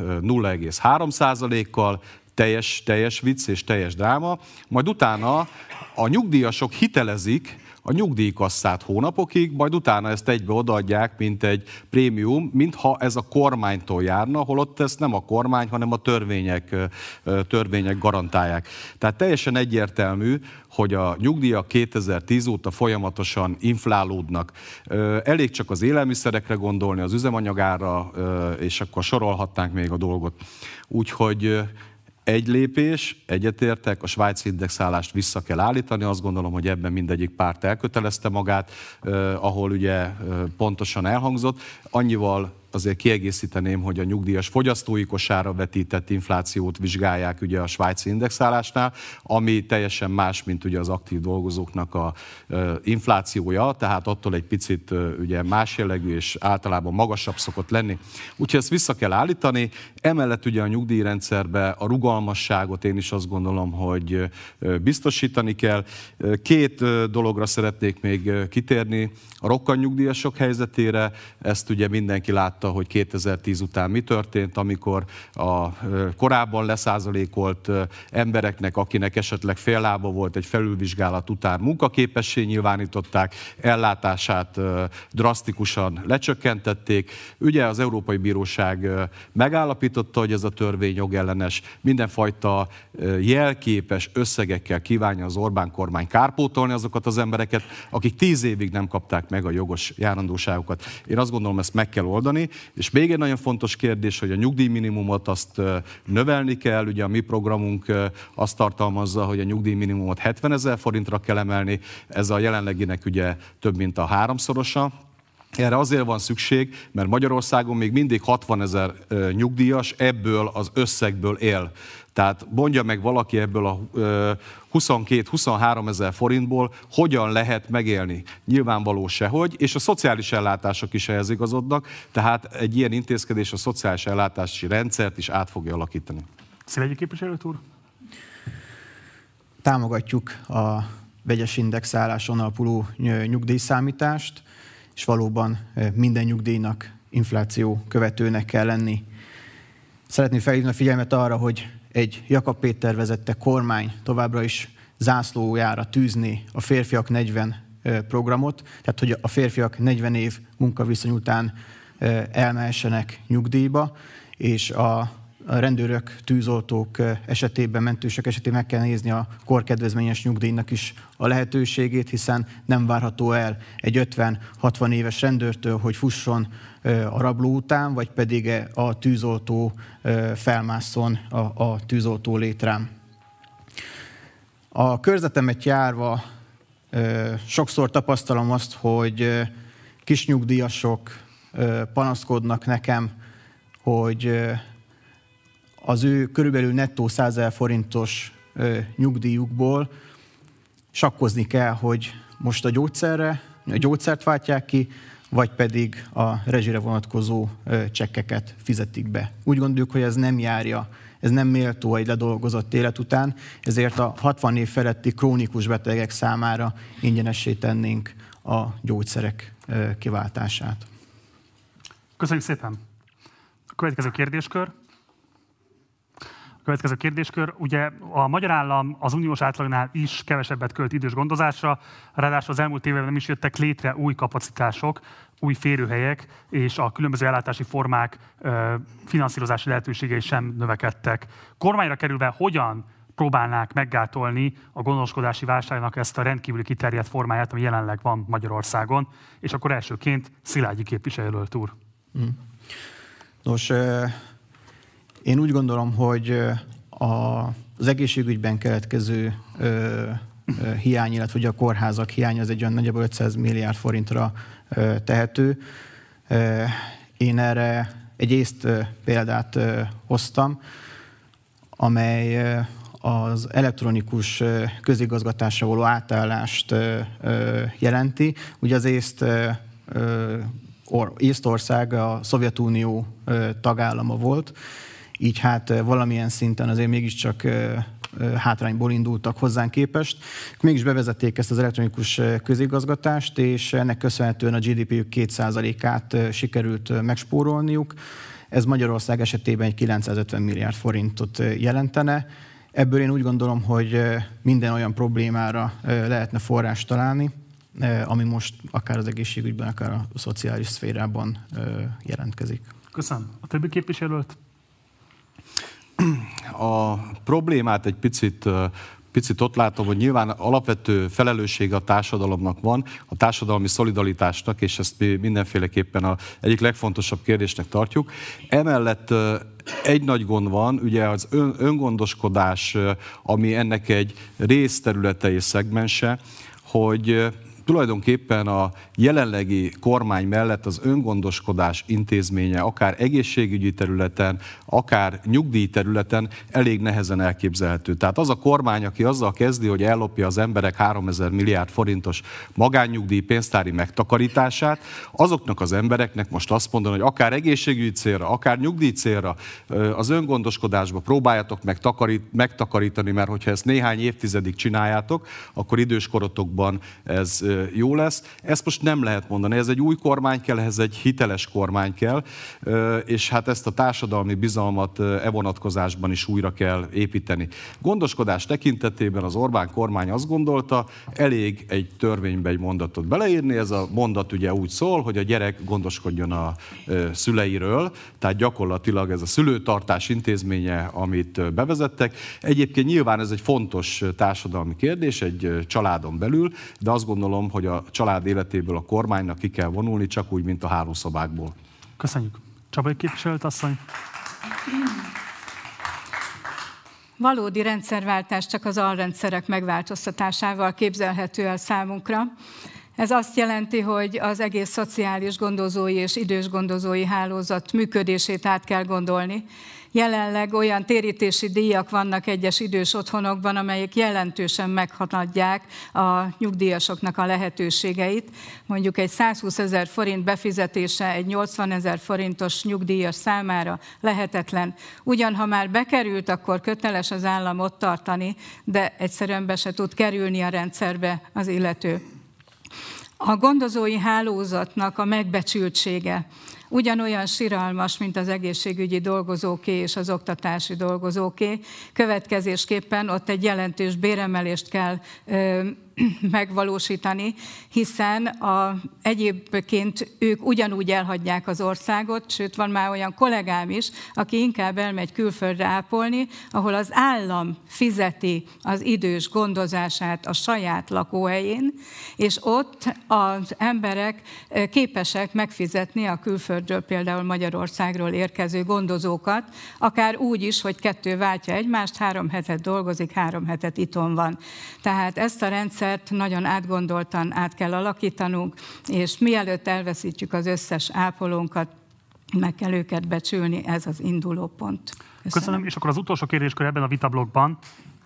0,3%-kal, teljes vicc és teljes dráma, majd utána a nyugdíjasok hitelezik a nyugdíjkasszát hónapokig, majd utána ezt egybe odaadják, mint egy prémium, mintha ez a kormánytól járna, holott ezt nem a kormány, hanem a törvények garantálják. Tehát teljesen egyértelmű, hogy a nyugdíjak 2010 óta folyamatosan inflálódnak. Elég csak az élelmiszerekre gondolni, az üzemanyagára, és akkor sorolhatnánk még a dolgot. Úgyhogy egy lépés, egyetértek, a svájci indexálást vissza kell állítani, azt gondolom, hogy ebben mindegyik párt elkötelezte magát, ahol ugye pontosan elhangzott. Annyival azért kiegészíteném, hogy a nyugdíjas fogyasztói kosárra vetített inflációt vizsgálják ugye a svájci indexálásnál, ami teljesen más, mint ugye az aktív dolgozóknak a inflációja, tehát attól egy picit ugye más jellegű és általában magasabb szokott lenni. Úgyhogy ezt vissza kell állítani. Emellett ugye a nyugdíjrendszerbe a rugalmasságot én is azt gondolom, hogy biztosítani kell. Két dologra szeretnék még kitérni. A rokkantnyugdíjasok helyzetére, ezt ugye mindenki látta, hogy 2010 után mi történt, amikor a korábban leszázalékolt embereknek, akinek esetleg fél lába volt, egy felülvizsgálat után munkaképessé nyilvánították, ellátását drasztikusan lecsökkentették. Ugye az Európai Bíróság megállapította, hogy ez a törvény jogellenes, mindenfajta jelképes összegekkel kívánja az Orbán kormány kárpótolni azokat az embereket, akik 10 évig nem kapták meg a jogos járandóságokat. Én azt gondolom, ezt meg kell oldani. És még egy nagyon fontos kérdés, hogy a nyugdíjminimumot azt növelni kell. Ugye a mi programunk azt tartalmazza, hogy a nyugdíjminimumot 70 000 forintra kell emelni. Ez a jelenleginek ugye több mint a 3-szorosa. Erre azért van szükség, mert Magyarországon még mindig 60 000 nyugdíjas ebből az összegből él. Tehát mondja meg valaki ebből a 22-23 000 forintból, hogyan lehet megélni. Nyilvánvaló sehogy, és a szociális ellátások is ehhez igazodnak, tehát egy ilyen intézkedés a szociális ellátási rendszert is át fogja alakítani. Szilágyi képviselőt úr? Támogatjuk a vegyes indexáláson alapuló nyugdíjszámítást, és valóban minden nyugdíjnak infláció követőnek kell lenni. Szeretném felhívni a figyelmet arra, hogy egy Jakab Péter vezette kormány továbbra is zászlójára tűzni a férfiak 40 programot, tehát hogy a férfiak 40 év munkaviszony után elmehessenek nyugdíjba, és a rendőrök, tűzoltók esetében, mentősök esetében meg kell nézni a korkedvezményes nyugdíjnak is a lehetőségét, hiszen nem várható el egy 50-60 éves rendőrtől, hogy fusson a rabló után, vagy pedig a tűzoltó felmásszon a tűzoltó létrán. A körzetemet járva sokszor tapasztalom azt, hogy kisnyugdíjasok panaszkodnak nekem, hogy az ő körülbelül nettó 100 000 forintos nyugdíjukból sakkozni kell, hogy most a gyógyszert váltják ki, vagy pedig a rezsire vonatkozó csekkeket fizetik be. Úgy gondoljuk, hogy ez nem járja, ez nem méltó egy ledolgozott élet után, ezért a 60 év feletti krónikus betegek számára ingyenessé tennénk a gyógyszerek kiváltását. Köszönjük szépen! A következő kérdéskör. Ugye a magyar állam az uniós átlagnál is kevesebbet költ idős gondozásra, ráadásul az elmúlt években nem is jöttek létre új kapacitások, új férőhelyek, és a különböző ellátási formák finanszírozási lehetőségei sem növekedtek. Kormányra kerülve hogyan próbálnák meggátolni a gondoskodási válságnak ezt a rendkívüli kiterjedt formáját, ami jelenleg van Magyarországon, és akkor elsőként Szilágyi képviselőjelölt úr. Nos, én úgy gondolom, hogy az egészségügyben keletkező hiány, illetve ugye a kórházak hiánya az egy olyan nagyjából 500 milliárd forintra tehető. Én erre egy észt példát hoztam, amely az elektronikus közigazgatásra való átállást jelenti. Ugye az Észtország a Szovjetunió tagállama volt, így hát valamilyen szinten azért mégiscsak hátrányból indultak hozzánk képest. Mégis bevezették ezt az elektronikus közigazgatást, és ennek köszönhetően a GDP-jük 2%-át sikerült megspórolniuk. Ez Magyarország esetében egy 950 milliárd forintot jelentene. Ebből én úgy gondolom, hogy minden olyan problémára lehetne forrást találni, ami most akár az egészségügyben, akár a szociális szférában jelentkezik. Köszönöm. A többi képviselőt? A problémát egy picit ott látom, hogy nyilván alapvető felelőssége a társadalomnak van, a társadalmi szolidaritásnak, és ezt mi mindenféleképpen az egyik legfontosabb kérdésnek tartjuk. Emellett egy nagy gond van, ugye az öngondoskodás, ami ennek egy részterülete és szegmense, hogy tulajdonképpen a jelenlegi kormány mellett az öngondoskodás intézménye akár egészségügyi területen, akár nyugdíj területen elég nehezen elképzelhető. Tehát az a kormány, aki azzal kezdi, hogy ellopja az emberek 3000 milliárd forintos magánnyugdíj pénztári megtakarítását, azoknak az embereknek most azt mondani, hogy akár egészségügyi célra, akár nyugdíj célra az öngondoskodásba próbáljatok megtakarítani, mert hogyha ezt néhány évtizedig csináljátok, akkor időskorotokban ez jó lesz. Ezt most nem lehet mondani. Ez egy új kormány kell, ehhez egy hiteles kormány kell, és hát ezt a társadalmi bizalmat vonatkozásban is újra kell építeni. Gondoskodás tekintetében az Orbán kormány azt gondolta, elég egy törvénybe egy mondatot beleírni. Ez a mondat ugye úgy szól, hogy a gyerek gondoskodjon a szüleiről, tehát gyakorlatilag ez a szülőtartás intézménye, amit bevezettek. Egyébként nyilván ez egy fontos társadalmi kérdés egy családon belül, de azt gondolom, hogy a család életéből a kormánynak ki kell vonulni, csak úgy, mint a hálószobákból. Köszönjük. Csabai képviselőasszony. Valódi rendszerváltás csak az alrendszerek megváltoztatásával képzelhető el számunkra. Ez azt jelenti, hogy az egész szociális gondozói és idős gondozói hálózat működését át kell gondolni. Jelenleg olyan térítési díjak vannak egyes idős otthonokban, amelyek jelentősen meghaladják a nyugdíjasoknak a lehetőségeit. Mondjuk egy 120 000 forint befizetése egy 80 000 forintos nyugdíjas számára lehetetlen. Ugyan, ha már bekerült, akkor köteles az állam ott tartani, de egyszerűen be se tud kerülni a rendszerbe az illető. A gondozói hálózatnak a megbecsültsége ugyanolyan siralmas, mint az egészségügyi dolgozóké és az oktatási dolgozóké. Következésképpen ott egy jelentős béremelést kell megvalósítani, hiszen egyébként ők ugyanúgy elhagyják az országot, sőt van már olyan kollégám is, aki inkább elmegy külföldre ápolni, ahol az állam fizeti az idős gondozását a saját lakóhelyén, és ott az emberek képesek megfizetni a külföldre külföldről, például Magyarországról érkező gondozókat, akár úgy is, hogy 2 váltja egymást, 3 hetet dolgozik, 3 hetet itthon van. Tehát ezt a rendszert nagyon átgondoltan át kell alakítanunk, és mielőtt elveszítjük az összes ápolónkat, meg kell őket becsülni, ez az induló pont. Köszönöm, és akkor az utolsó kérdéskör ebben a vitablokkban.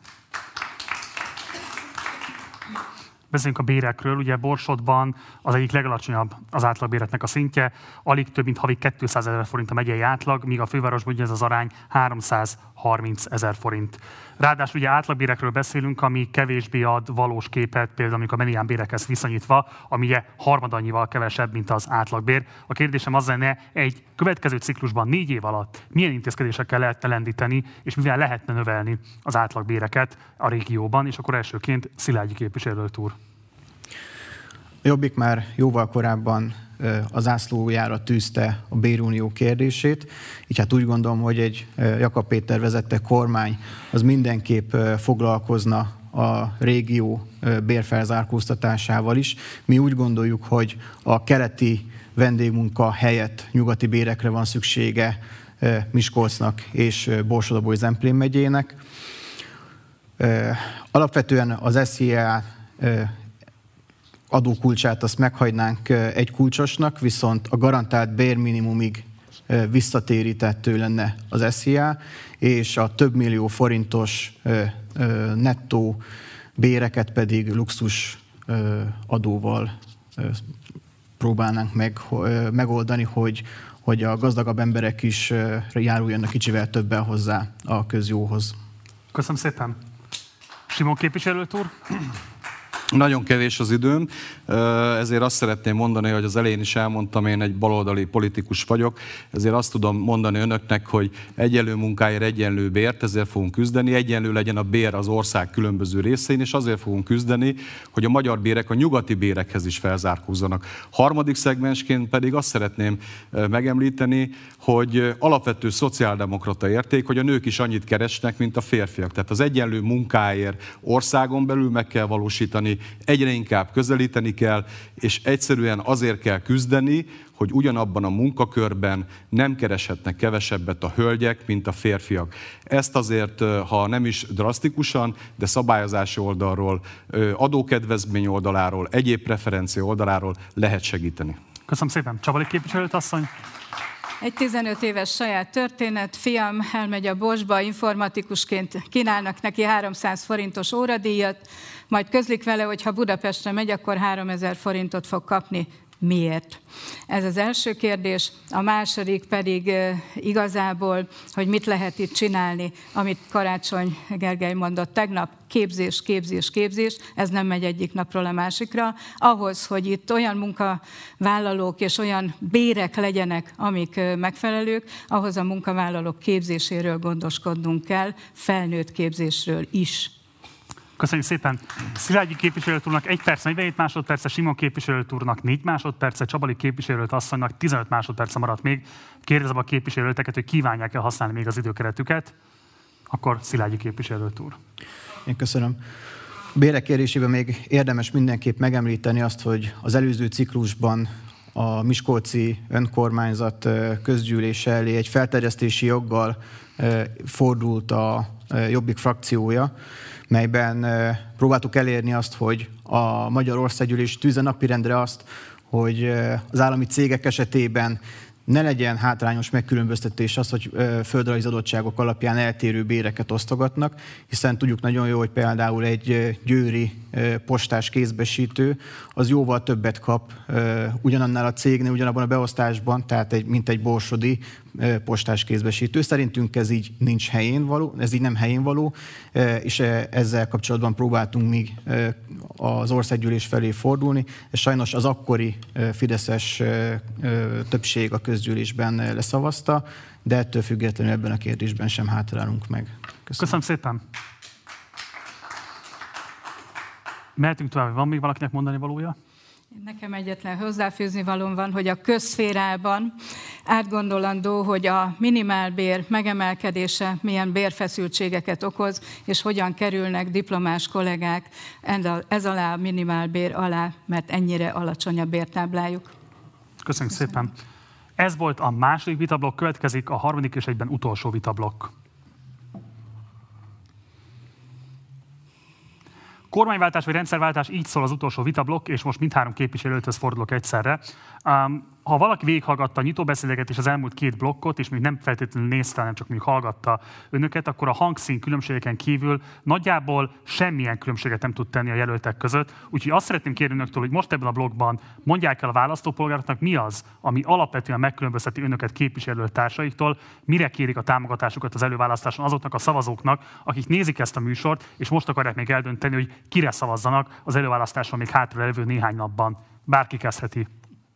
Beszéljünk a bérekről. Ugye Borsodban az egyik legalacsonyabb az átlagbéreknek a szintje, alig több, mint havi 200 000 forint a megyei átlag, míg a fővárosban ugye ez az arány 330 000 forint. Ráadásul ugye átlagbérekről beszélünk, ami kevésbé ad valós képet, például mondjuk a medián bérekhez viszonyítva, ami ugye harmadannyival kevesebb, mint az átlagbér. A kérdésem az lenne, egy következő ciklusban 4 év alatt milyen intézkedésekkel lehetne lendíteni, és mivel lehetne növelni az átlagbéreket a régióban, és akkor elsőként Szilágyi képviselőt úr. A Jobbik már jóval korábban a zászlójára tűzte a bérunió kérdését, így hát úgy gondolom, hogy egy Jakab Péter vezette kormány az mindenképp foglalkozna a régió bérfelzárkóztatásával is. Mi úgy gondoljuk, hogy a keleti vendégmunka helyett nyugati bérekre van szüksége Miskolcnak és Borsod-Abaúj-Zemplén megyének. Alapvetően az SZIA adókulcsát azt meghagynánk egy kulcsosnak, viszont a garantált bérminimumig visszatérítettő lenne az SZIA, és a több millió forintos nettó béreket pedig luxus adóval próbálnánk megoldani, hogy a gazdagabb emberek is járuljanak kicsivel többen hozzá a közjóhoz. Köszönöm szépen. Simon képviselőt úr. Nagyon kevés az időm, ezért azt szeretném mondani, hogy az elején is elmondtam, én egy baloldali politikus vagyok, ezért azt tudom mondani önöknek, hogy egyenlő munkáért egyenlő bért, ezért fogunk küzdeni, egyenlő legyen a bér az ország különböző részein, és azért fogunk küzdeni, hogy a magyar bérek a nyugati bérekhez is felzárkózzanak. Harmadik szegmensként pedig azt szeretném megemlíteni, hogy alapvető szociáldemokrata érték, hogy a nők is annyit keresnek, mint a férfiak. Tehát az egyenlő munkáért országon belül meg kell valósítani, egyre inkább közelíteni kell, és egyszerűen azért kell küzdeni, hogy ugyanabban a munkakörben nem kereshetnek kevesebbet a hölgyek, mint a férfiak. Ezt azért, ha nem is drasztikusan, de szabályozási oldalról, adókedvezmény oldaláról, egyéb preferencia oldaláról lehet segíteni. Köszönöm szépen. Csabali képviselőt asszony. Egy 15 éves saját történet, fiam elmegy a Borsba, informatikusként kínálnak neki 300 forintos óradíjat, majd közlik vele, hogy ha Budapestre megy, akkor 3000 forintot fog kapni. Miért? Ez az első kérdés. A második pedig igazából, hogy mit lehet itt csinálni, amit Karácsony Gergely mondott tegnap, képzés, képzés, képzés, ez nem megy egyik napról a másikra. Ahhoz, hogy itt olyan munkavállalók és olyan bérek legyenek, amik megfelelők, ahhoz a munkavállalók képzéséről gondoskodnunk kell, felnőtt képzésről is. Köszönjük szépen. Szilágyi képviselőt úrnak 1 perc 47 másodperce, Simon képviselőt úrnak 4 másodperce, Csabali képviselőt asszonynak 15 másodperce maradt még. Kérdezem a képviselőteket, hogy kívánják-e használni még az időkeretüket. Akkor Szilágyi képviselőt úr. Én köszönöm. Bérek kérdésében még érdemes mindenképp megemlíteni azt, hogy az előző ciklusban a miskolci önkormányzat közgyűlése elé egy felterjesztési joggal fordult a Jobbik frakciója, melyben próbáltuk elérni azt, hogy a Magyar Országgyűlés tűzze napirendre azt, hogy az állami cégek esetében ne legyen hátrányos megkülönböztetés az, hogy földrajzi adottságok alapján eltérő béreket osztogatnak, hiszen tudjuk nagyon jó, hogy például egy győri postás kézbesítő az jóval többet kap ugyanannál a cégnél, ugyanabban a beosztásban, tehát mint egy borsodi postás kézbesítő. Szerintünk ez így nincs helyén való, ez így nem helyén való, és ezzel kapcsolatban próbáltunk mi az országgyűlés felé fordulni, és sajnos az akkori fideszes többség a közgyűlésben leszavazta, de ettől függetlenül ebben a kérdésben sem hátrálunk meg. Köszönöm szépen. Mehetünk tovább, van még valakinek mondani valója? Nekem egyetlen hozzáfűzni valóm van, hogy a közszférában átgondolandó, hogy a minimálbér megemelkedése milyen bérfeszültségeket okoz, és hogyan kerülnek diplomás kollégák ez alá a minimálbér alá, mert ennyire alacsony a bértáblájuk. Köszönjük szépen. Ez volt a második vitablokk, következik a harmadik és egyben utolsó vitablokk. Kormányváltás vagy rendszerváltás, így szól az utolsó vitablokk, és most mindhárom képviselőhöz fordulok egyszerre. Ha valaki végighallgatta a nyitóbeszédeket és az elmúlt két blokkot, és még nem feltétlenül nézte, hanem csak még hallgatta önöket, akkor a hangszín különbségeken kívül nagyjából semmilyen különbséget nem tud tenni a jelöltek között. Úgyhogy azt szeretném kérni önöktől, hogy most ebben a blokkban mondják el a választópolgároknak, mi az, ami alapvetően megkülönbözteti önöket képviselő társaiktól, mire kérik a támogatásukat az előválasztáson azoknak a szavazóknak, akik nézik ezt a műsort, és most akarják még eldönteni, hogy kire szavazzanak az előválasztáson még hátra levő néhány napban. Bárki kezdheti.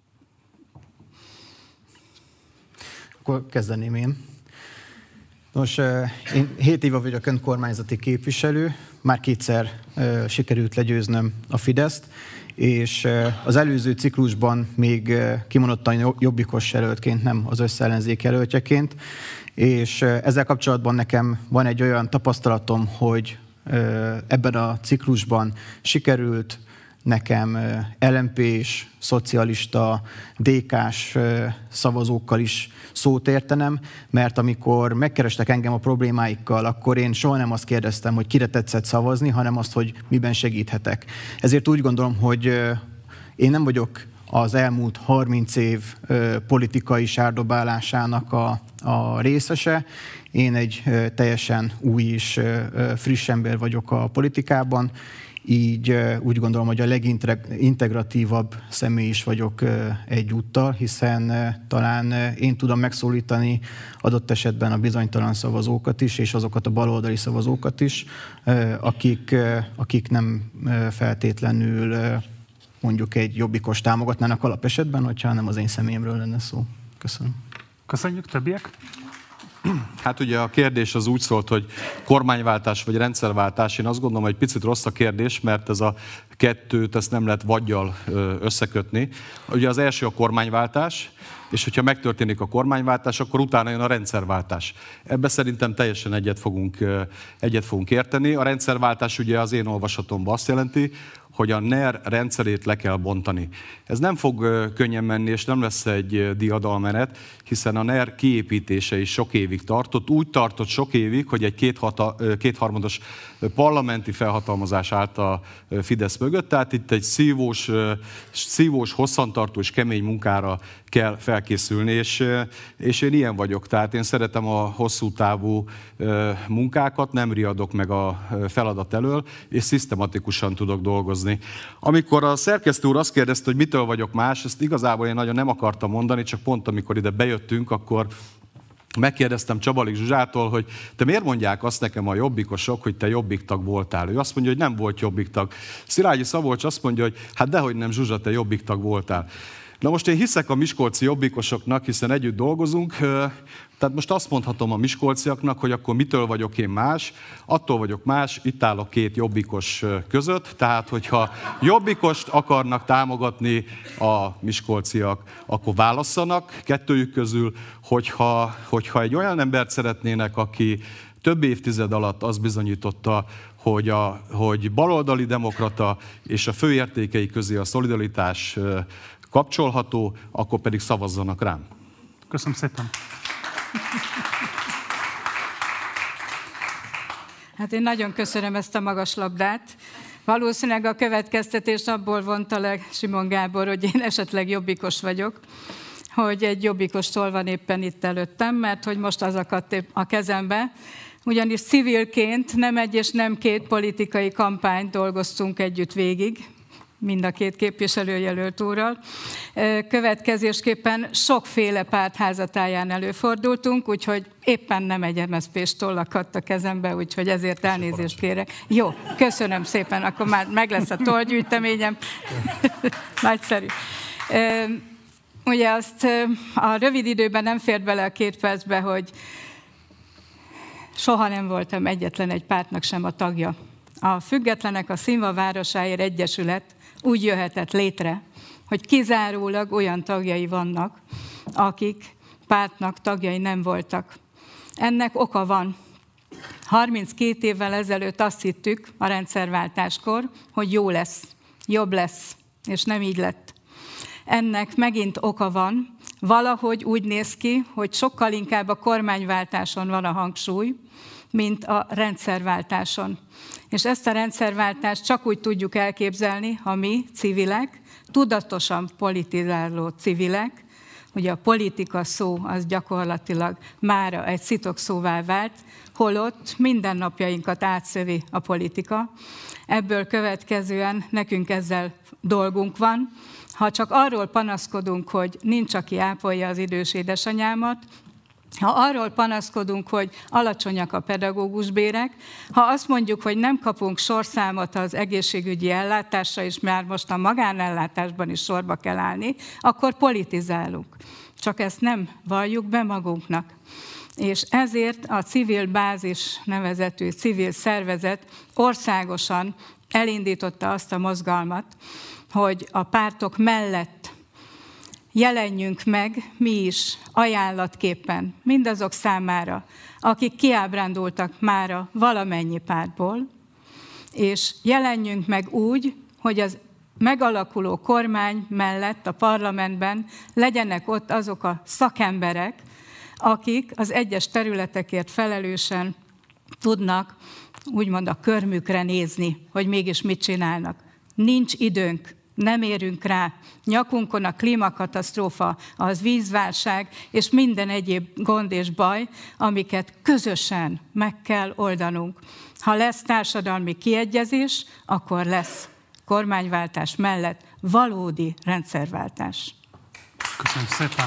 Akkor kezdeném én. Nos, én 7 éve vagyok önkormányzati képviselő, már kétszer sikerült legyőznöm a Fideszt, és az előző ciklusban még kimondottan jobbikos jelöltként, nem az összellenzék jelöltjeként, és ezzel kapcsolatban nekem van egy olyan tapasztalatom, hogy ebben a ciklusban sikerült nekem LMP-s, szocialista, DK-s szavazókkal is szót értenem, mert amikor megkerestek engem a problémáikkal, akkor én soha nem azt kérdeztem, hogy kire tetszett szavazni, hanem azt, hogy miben segíthetek. Ezért úgy gondolom, hogy én nem vagyok az elmúlt 30 év politikai sárdobálásának a részese. Én egy teljesen új és friss ember vagyok a politikában, így úgy gondolom, hogy a legintegratívabb személy is vagyok egyúttal, hiszen talán én tudom megszólítani adott esetben a bizonytalan szavazókat is, és azokat a baloldali szavazókat is, akik nem feltétlenül mondjuk egy jobbikos támogatnának alapesetben, hogyha nem az én személyemről lenne szó. Köszönöm. Köszönjük, többiek. Hát ugye a kérdés az úgy szólt, hogy kormányváltás vagy rendszerváltás. Én azt gondolom, hogy egy picit rossz a kérdés, mert ez a kettőt ezt nem lehet vagyjal összekötni. Ugye az első a kormányváltás, és hogyha megtörténik a kormányváltás, akkor utána jön a rendszerváltás. Ebbe szerintem teljesen egyet fogunk érteni. A rendszerváltás ugye az én olvasatomban azt jelenti, hogy a NER rendszerét le kell bontani. Ez nem fog könnyen menni, és nem lesz egy diadalmenet, hiszen a NER kiépítése is sok évig tartott. Úgy tartott sok évig, hogy egy kétharmados parlamenti felhatalmazás állt a Fidesz mögött, tehát itt egy szívós, hosszantartó és kemény munkára kell felkészülni, és én ilyen vagyok. Tehát én szeretem a hosszú távú munkákat, nem riadok meg a feladat elől, és szisztematikusan tudok dolgozni. Amikor a szerkesztő úr azt kérdezte, hogy mitől vagyok más, ezt igazából én nagyon nem akartam mondani, csak pont amikor ide bejöttünk, akkor megkérdeztem Csabalik Zsuzsától, hogy te miért mondják azt nekem a jobbikosok, hogy te jobbiktag voltál. Ő azt mondja, hogy nem volt jobbiktag. Szilágyi Szabolcs azt mondja, hogy hát dehogy nem, Zsuzsa, te jobbiktag voltál. Na most én hiszek a miskolci jobbikosoknak, hiszen együtt dolgozunk, tehát most azt mondhatom a miskolciaknak, hogy akkor mitől vagyok én más, attól vagyok más, itt állok két jobbikos között, tehát hogyha jobbikost akarnak támogatni a miskolciak, akkor válasszanak kettőjük közül, hogyha egy olyan embert szeretnének, aki több évtized alatt azt bizonyította, hogy baloldali demokrata és a fő értékei közé a szolidaritás kapcsolható, akkor pedig szavazzanak rám. Köszönöm szépen. Hát én nagyon köszönöm ezt a magas labdát. Valószínűleg a következtetés abból vonta le Simon Gábor, hogy én esetleg jobbikos vagyok, hogy egy jobbikostól van éppen itt előttem, mert hogy most az akadt a kezembe. Ugyanis civilként nem egy és nem két politikai kampányt dolgoztunk együtt végig, mind a két képviselőjelölt úrral. Következésképpen sokféle párt házatáján előfordultunk, úgyhogy éppen nem egy MSZP-s toll akadt a kezembe, úgyhogy ezért elnézést kérek. Jó, köszönöm szépen, akkor már meg lesz a tollgyűjteményem. Nagyszerű. Ugye azt a rövid időben nem fért bele a 2 percbe, hogy soha nem voltam egyetlen egy pártnak sem a tagja. A Függetlenek a Szinnva Városáért Egyesület úgy jöhetett létre, hogy kizárólag olyan tagjai vannak, akik pártnak tagjai nem voltak. Ennek oka van. 32 évvel ezelőtt azt hittük a rendszerváltáskor, hogy jó lesz, jobb lesz, és nem így lett. Ennek megint oka van, Valahogy úgy néz ki, hogy sokkal inkább a kormányváltáson van a hangsúly, mint a rendszerváltáson. És ezt a rendszerváltást csak úgy tudjuk elképzelni, ha mi, civilek, tudatosan politizáló civilek, ugye a politika szó az gyakorlatilag mára egy szitokszóvá vált, holott mindennapjainkat átszövi a politika. Ebből következően nekünk ezzel dolgunk van. Ha csak arról panaszkodunk, hogy nincs, aki ápolja az idős édesanyámat, ha arról panaszkodunk, hogy alacsonyak a pedagógusbérek, ha azt mondjuk, hogy nem kapunk sorszámot az egészségügyi ellátásra, és már most a magánellátásban is sorba kell állni, akkor politizálunk. Csak ezt nem valljuk be magunknak. És ezért a Civil Bázis nevezetű civil szervezet országosan elindította azt a mozgalmat, hogy a pártok mellett jelenjünk meg mi is ajánlatképpen mindazok számára, akik kiábrándultak mára valamennyi pártból, és jelenjünk meg úgy, hogy az megalakuló kormány mellett a parlamentben legyenek ott azok a szakemberek, akik az egyes területekért felelősen tudnak úgymond a körmükre nézni, hogy mégis mit csinálnak. Nincs időnk, nem érünk rá. Nyakunkon a klímakatasztrófa, az vízválság és minden egyéb gond és baj, amiket közösen meg kell oldanunk. Ha lesz társadalmi kiegyezés, akkor lesz kormányváltás mellett valódi rendszerváltás. Köszönöm szépen.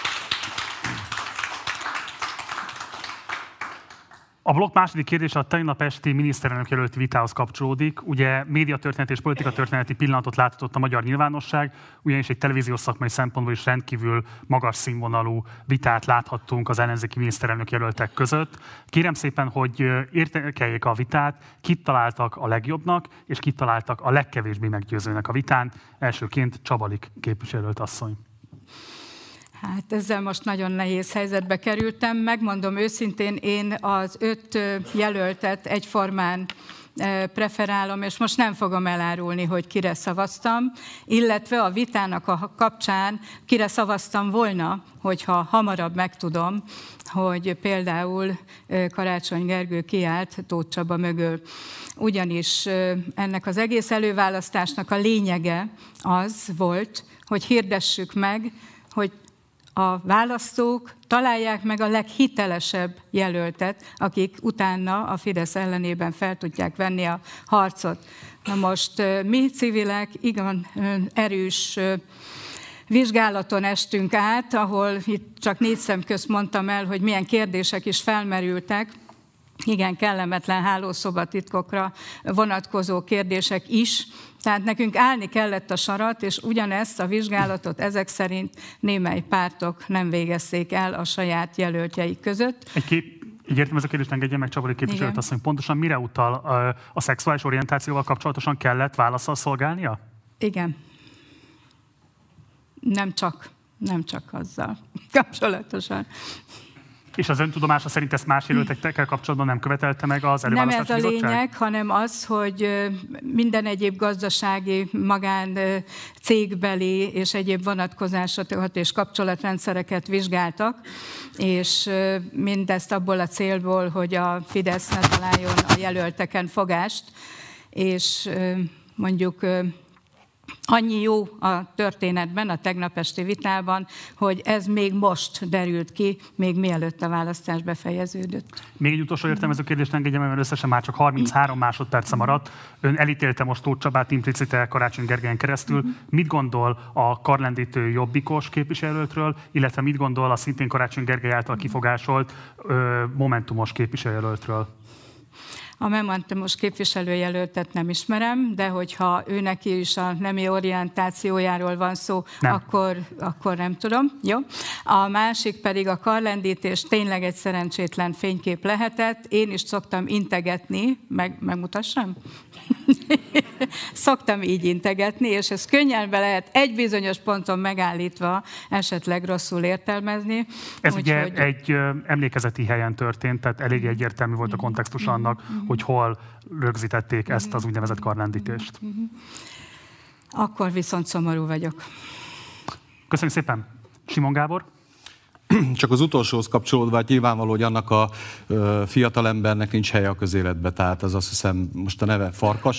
A blokk második kérdése a tegnap esti miniszterelnök jelölti vitához kapcsolódik. Ugye médiatörténeti és politikatörténeti pillanatot láthatott a magyar nyilvánosság, ugyanis egy televíziós szakmai szempontból is rendkívül magas színvonalú vitát láthattunk az ellenzéki miniszterelnök jelöltek között. Kérem szépen, hogy értékeljék a vitát, kit találtak a legjobbnak, és kit találtak a legkevésbé meggyőzőnek a vitán. Elsőként Csabalik képviselőt asszony. Hát ezzel most nagyon nehéz helyzetbe kerültem. Megmondom őszintén, én az 5 jelöltet egyformán preferálom, és most nem fogom elárulni, hogy kire szavaztam, illetve a vitának a kapcsán kire szavaztam volna, hogyha hamarabb megtudom, hogy például Karácsony Gergő kiállt Tóth Csaba mögül. Ugyanis ennek az egész előválasztásnak a lényege az volt, hogy hirdessük meg, hogy a választók találják meg a leghitelesebb jelöltet, akik utána a Fidesz ellenében fel tudják venni a harcot. Na most mi civilek igen erős vizsgálaton estünk át, ahol itt csak 4 szem közt mondtam el, hogy milyen kérdések is felmerültek, igen kellemetlen hálószobatitkokra vonatkozó kérdések is. Tehát nekünk állni kellett a sarat, és ugyanezt a vizsgálatot ezek szerint némely pártok nem végezték el a saját jelöltjeik között. Így értem, ez a kérdést engedje meg Csabalik képviselőt, azt mondja, pontosan mire utal a szexuális orientációval kapcsolatosan kellett válaszsal szolgálnia? Igen. Nem csak azzal kapcsolatosan. És az öntudomása szerint ezt más jelöltekkel kapcsolatban nem követelte meg az előválasztási bizottság? Nem ez a lényeg, hanem az, hogy minden egyéb gazdasági, magán cégbeli és egyéb vonatkozásokat és kapcsolatrendszereket vizsgáltak, és mindezt abból a célból, hogy a Fidesz ne találjon a jelölteken fogást, és mondjuk annyi jó a történetben, a tegnap esti vitában, hogy ez még most derült ki, még mielőtt a választás befejeződött. Még egy utolsó értelmező kérdést engedjem, mert összesen már csak 33 másodperce maradt. Ön elítélte most Tóth Csabát implicite Karácsony Gergelyen keresztül. Mit gondol a karlendítő jobbikos képviselőtről, illetve mit gondol a szintén Karácsony Gergely által kifogásolt momentumos képviselőjelöltről? A momentumos képviselőjelöltet nem ismerem, de hogyha ő neki is a nemi orientációjáról van szó, akkor nem tudom. Jó. A másik pedig a karlendítés tényleg egy szerencsétlen fénykép lehetett. Én is szoktam integetni, megmutassam? Szoktam így integetni, és ez könnyen be lehet egy bizonyos ponton megállítva esetleg rosszul értelmezni. Ez ugye egy emlékezeti helyen történt, tehát elég egyértelmű volt a kontextus annak, hogy hol rögzítették ezt az úgynevezett karlendítést. Akkor viszont szomorú vagyok. Köszönjük szépen! Simon Gábor? Csak az utolsóhoz kapcsolódva, hát nyilvánvaló, hogy annak a fiatal embernek nincs helye a közéletbe. Tehát az azt hiszem, most a neve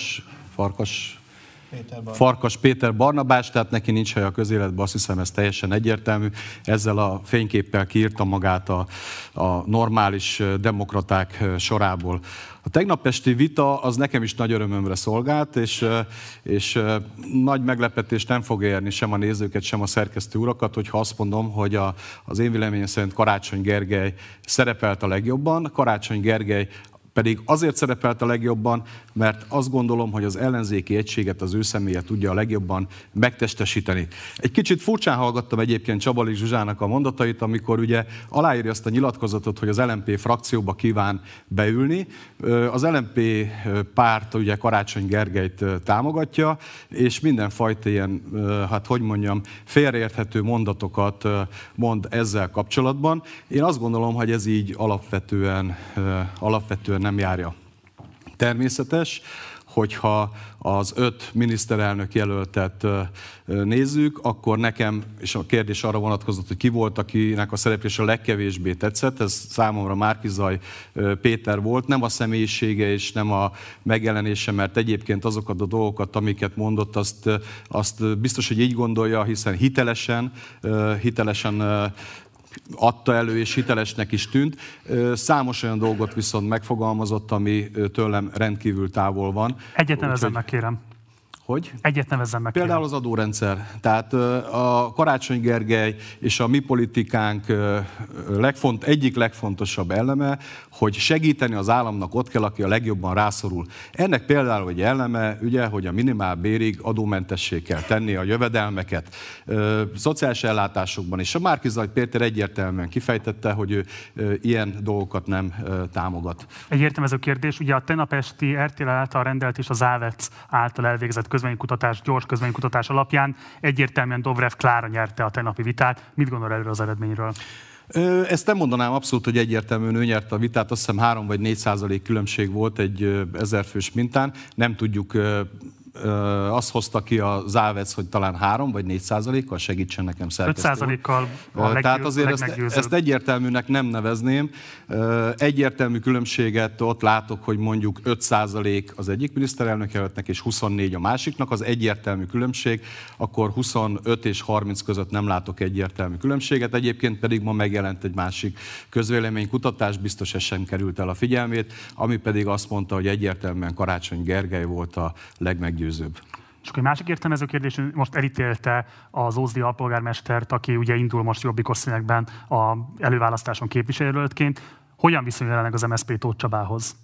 Farkas Péter Barnabás, tehát neki nincs helye a közéletben, azt hiszem ez teljesen egyértelmű. Ezzel a fényképpel kiírta magát a normális demokraták sorából. A tegnap esti vita az nekem is nagy örömömre szolgált, és nagy meglepetés nem fog érni sem a nézőket, sem a szerkesztő urakat, hogyha azt mondom, hogy az én véleményem szerint Karácsony Gergely szerepelt a legjobban. Karácsony Gergely pedig azért szerepelt a legjobban, mert azt gondolom, hogy az ellenzéki egységet, az ő személye tudja a legjobban megtestesíteni. Egy kicsit furcsán hallgattam egyébként Csabalik Zsuzsának a mondatait, amikor ugye aláírja azt a nyilatkozatot, hogy az LMP frakcióba kíván beülni. Az LMP párt ugye Karácsony Gergelyt támogatja, és mindenfajta ilyen, hát hogy mondjam, félreérthető mondatokat mond ezzel kapcsolatban. Én azt gondolom, hogy ez így alapvetően nem járja. Természetes, hogyha az 5 miniszterelnök jelöltet nézzük, akkor nekem, és a kérdés arra vonatkozott, hogy ki volt, akinek a szereplése a legkevésbé tetszett, ez számomra Márki-Zay Péter volt, nem a személyisége és nem a megjelenése, mert egyébként azokat a dolgokat, amiket mondott, azt biztos, hogy így gondolja, hiszen hitelesen adta elő, és hitelesnek is tűnt. Számos olyan dolgot viszont megfogalmazott, ami tőlem rendkívül távol van. Egyet nevezzem meg, kérem. Hogy? Egyet nevezzem meg, kérem. Például az adórendszer. Tehát a Karácsony Gergely és a mi politikánk egyik legfontosabb eleme, hogy segíteni az államnak ott kell, aki a legjobban rászorul. Ennek például egy eleme, ugye, hogy a minimálbérig adómentessé kell tenni a jövedelmeket, szociális ellátásokban is. A Márki-Zay Péter egyértelműen kifejtette, hogy ő ilyen dolgokat nem támogat. Egy értelmező kérdés, ugye a tegnap esti RTL által rendelt és az AVEC által elvégzett gyors közvéleménykutatás alapján egyértelműen Dobrev Klára nyerte a tegnapi vitát. Mit gondol erről az eredményről? Ezt nem mondanám abszolút, hogy egyértelműen ő nyerte a vitát, azt hiszem 3 vagy 4% különbség volt egy 1000 fős mintán. Nem tudjuk, azt hozta ki az AVEC, hogy talán 3 vagy 4%-kal, segítsen nekem szerkesztő. 5%-kal Tehát azért ezt egyértelműnek nem nevezném. Egyértelmű különbséget ott látok, hogy mondjuk 5% az egyik miniszterelnök jelöltnek, és 24 a másiknak, az egyértelmű különbség, akkor 25 és 30 között nem látok egyértelmű különbséget. Egyébként pedig ma megjelent egy másik közvéleménykutatás, biztos ez sem került el a figyelmét, ami pedig azt mondta, hogy egyértelműen Karácsony Gergely volt a legmeggyőzőbb. És akkor egy másik értelmező kérdés, most elítélte az ózdi alpolgármestert, aki ugye indul most jobbikos színekben az előválasztáson képviselőjelöltként. Hogyan viszonyul jelenleg az MSZP Tóth Csabához?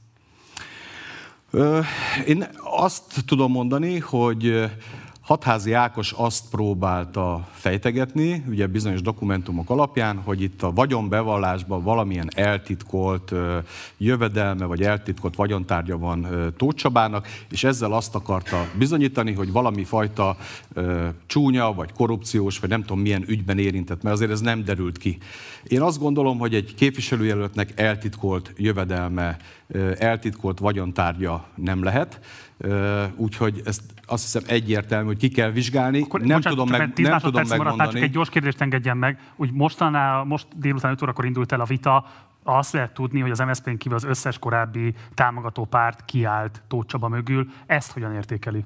Én azt tudom mondani, hogy Hatházi Ákos azt próbálta fejtegetni, ugye bizonyos dokumentumok alapján, hogy itt a vagyonbevallásban valamilyen eltitkolt jövedelme, vagy eltitkolt vagyontárgya van Tóth Csabának, és ezzel azt akarta bizonyítani, hogy valami fajta csúnya, vagy korrupciós, vagy nem tudom milyen ügyben érintett, mert azért ez nem derült ki. Én azt gondolom, hogy egy képviselőjelöltnek eltitkolt jövedelme, eltitkolt vagyontárgya nem lehet, úgyhogy ezt azt hiszem egyértelmű, hogy ki kell vizsgálni. Akkor, nem tudom megmondani. Csak egy gyors kérdést engedjen meg. Úgy most délután 5 órakor indult el a vita, azt lehet tudni, hogy az MSZP-n kívül az összes korábbi támogató párt kiállt Tóth Csaba mögül. Ezt hogyan értékeli?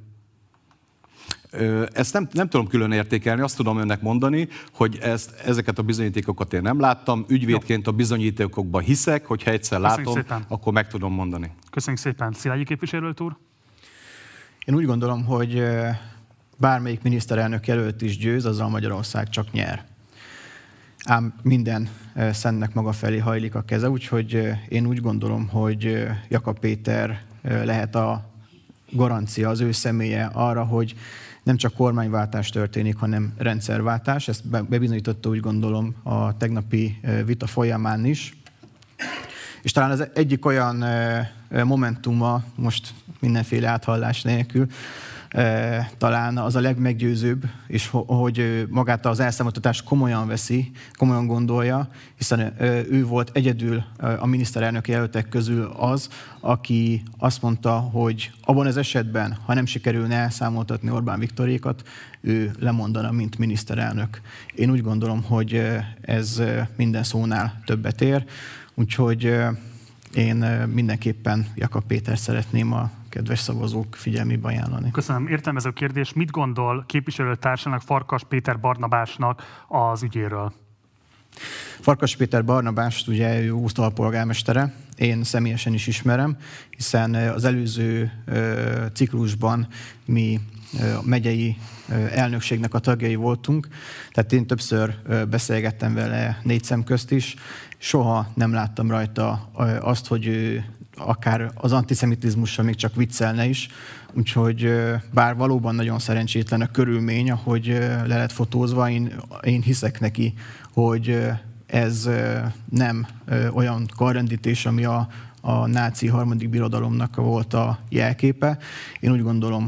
Ezt nem tudom külön értékelni, azt tudom önnek mondani, hogy ezeket a bizonyítékokat én nem láttam. Ügyvédként a bizonyítékokban hiszek, hogyha egyszer látom, akkor meg tudom mondani. Köszönjük szépen. Szilágyi képviselőt úr? Én úgy gondolom, hogy bármelyik miniszterelnök jelölt is győz, azzal Magyarország csak nyer. Ám minden szentnek maga felé hajlik a keze, úgyhogy én úgy gondolom, hogy Jakab Péter lehet a garancia, az ő személye arra, hogy nem csak kormányváltás történik, hanem rendszerváltás. Ezt bebizonyította, úgy gondolom, a tegnapi vita folyamán is. És talán az egyik olyan momentuma, most mindenféle áthallás nélkül, talán az a legmeggyőzőbb, és hogy magát az elszámoltatást komolyan veszi, komolyan gondolja, hiszen ő volt egyedül a miniszterelnök jelöltek közül az, aki azt mondta, hogy abban az esetben, ha nem sikerülne elszámoltatni Orbán Viktorékat, ő lemondana, mint miniszterelnök. Én úgy gondolom, hogy ez minden szónál többet ér, úgyhogy én mindenképpen Jakab Péter szeretném a kedves szavazók figyelmébe ajánlani. Köszönöm. Értelmező kérdés. Mit gondol képviselőtársának, Farkas Péter Barnabásnak az ügyéről? Farkas Péter Barnabást ugye ő Újton polgármestere, én személyesen is ismerem, hiszen az előző ciklusban mi megyei elnökségnek a tagjai voltunk, tehát én többször beszélgettem vele 4 szem közt is, soha nem láttam rajta azt, hogy ő akár az antiszemitizmussal még csak viccelne is, úgyhogy bár valóban nagyon szerencsétlen a körülmény, ahogy le lett fotózva, én hiszek neki, hogy ez nem olyan karrendítés, ami a náci harmadik birodalomnak volt a jelképe. Én úgy gondolom,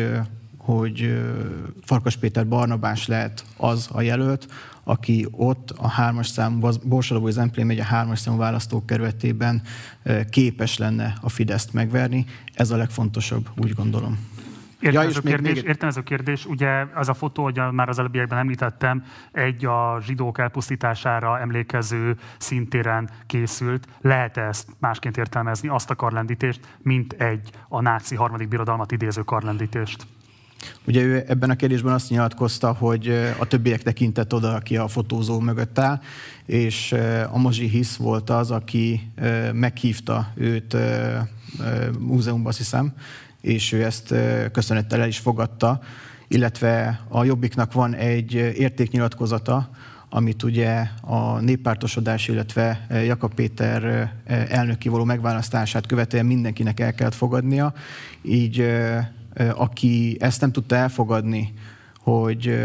hogy Farkas Péter Barnabás lehet az a jelölt, aki ott a 3-as számú, Borsod-Abaúj-Zemplén megye 3-as számú választókerületében képes lenne a Fideszt megverni. Ez a legfontosabb, úgy gondolom. Értelmező kérdés, ugye az a fotó, hogy már az előbbiekben említettem, egy a zsidók elpusztítására emlékező színtéren készült. Lehet-e ezt másként értelmezni, azt a karlendítést, mint egy a náci harmadik birodalmat idéző karlendítést? Ugye ő ebben a kérdésben azt nyilatkozta, hogy a többiek tekintett oda, aki a fotózó mögött áll, és a Mazsi Hisz volt az, aki meghívta őt múzeumba, azt hiszem, és ő ezt köszönettel el is fogadta, illetve a Jobbiknak van egy értéknyilatkozata, amit ugye a néppártosodás, illetve Jakab Péter elnöki való megválasztását követően mindenkinek el kellett fogadnia, így aki ezt nem tudta elfogadni, hogy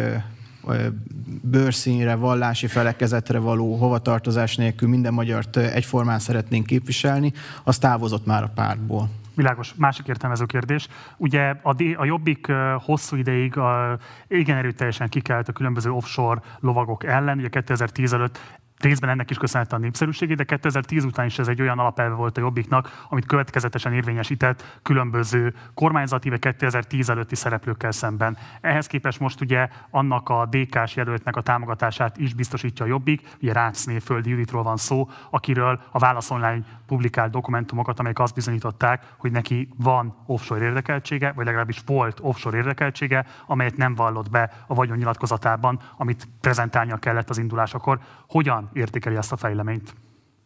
bőrszínre, vallási felekezetre való hovatartozás nélkül minden magyart egyformán szeretnénk képviselni, az távozott már a pártból. Világos. Másik értelmező kérdés. Ugye a Jobbik hosszú ideig igen erőteljesen kikelt a különböző offshore lovagok ellen. Ugye 2010 előtt részben ennek is köszönhette a népszerűségét, de 2010 után is ez egy olyan alapelve volt a Jobbiknak, amit következetesen érvényesített különböző kormányzati vagy 2010 előtti szereplőkkel szemben. Ehhez képest most ugye annak a DK-s jelöltnek a támogatását is biztosítja a Jobbik, ugye Ráczné Földi Juditról van szó, akiről a Válasz Online publikált dokumentumokat, amelyek azt bizonyították, hogy neki van offshore érdekeltsége, vagy legalábbis volt offshore érdekeltsége, amelyet nem vallott be a vagyonnyilatkozatában, amit prezentálnia kellett az indulásakor. Hogyan értékeli ezt a fejleményt?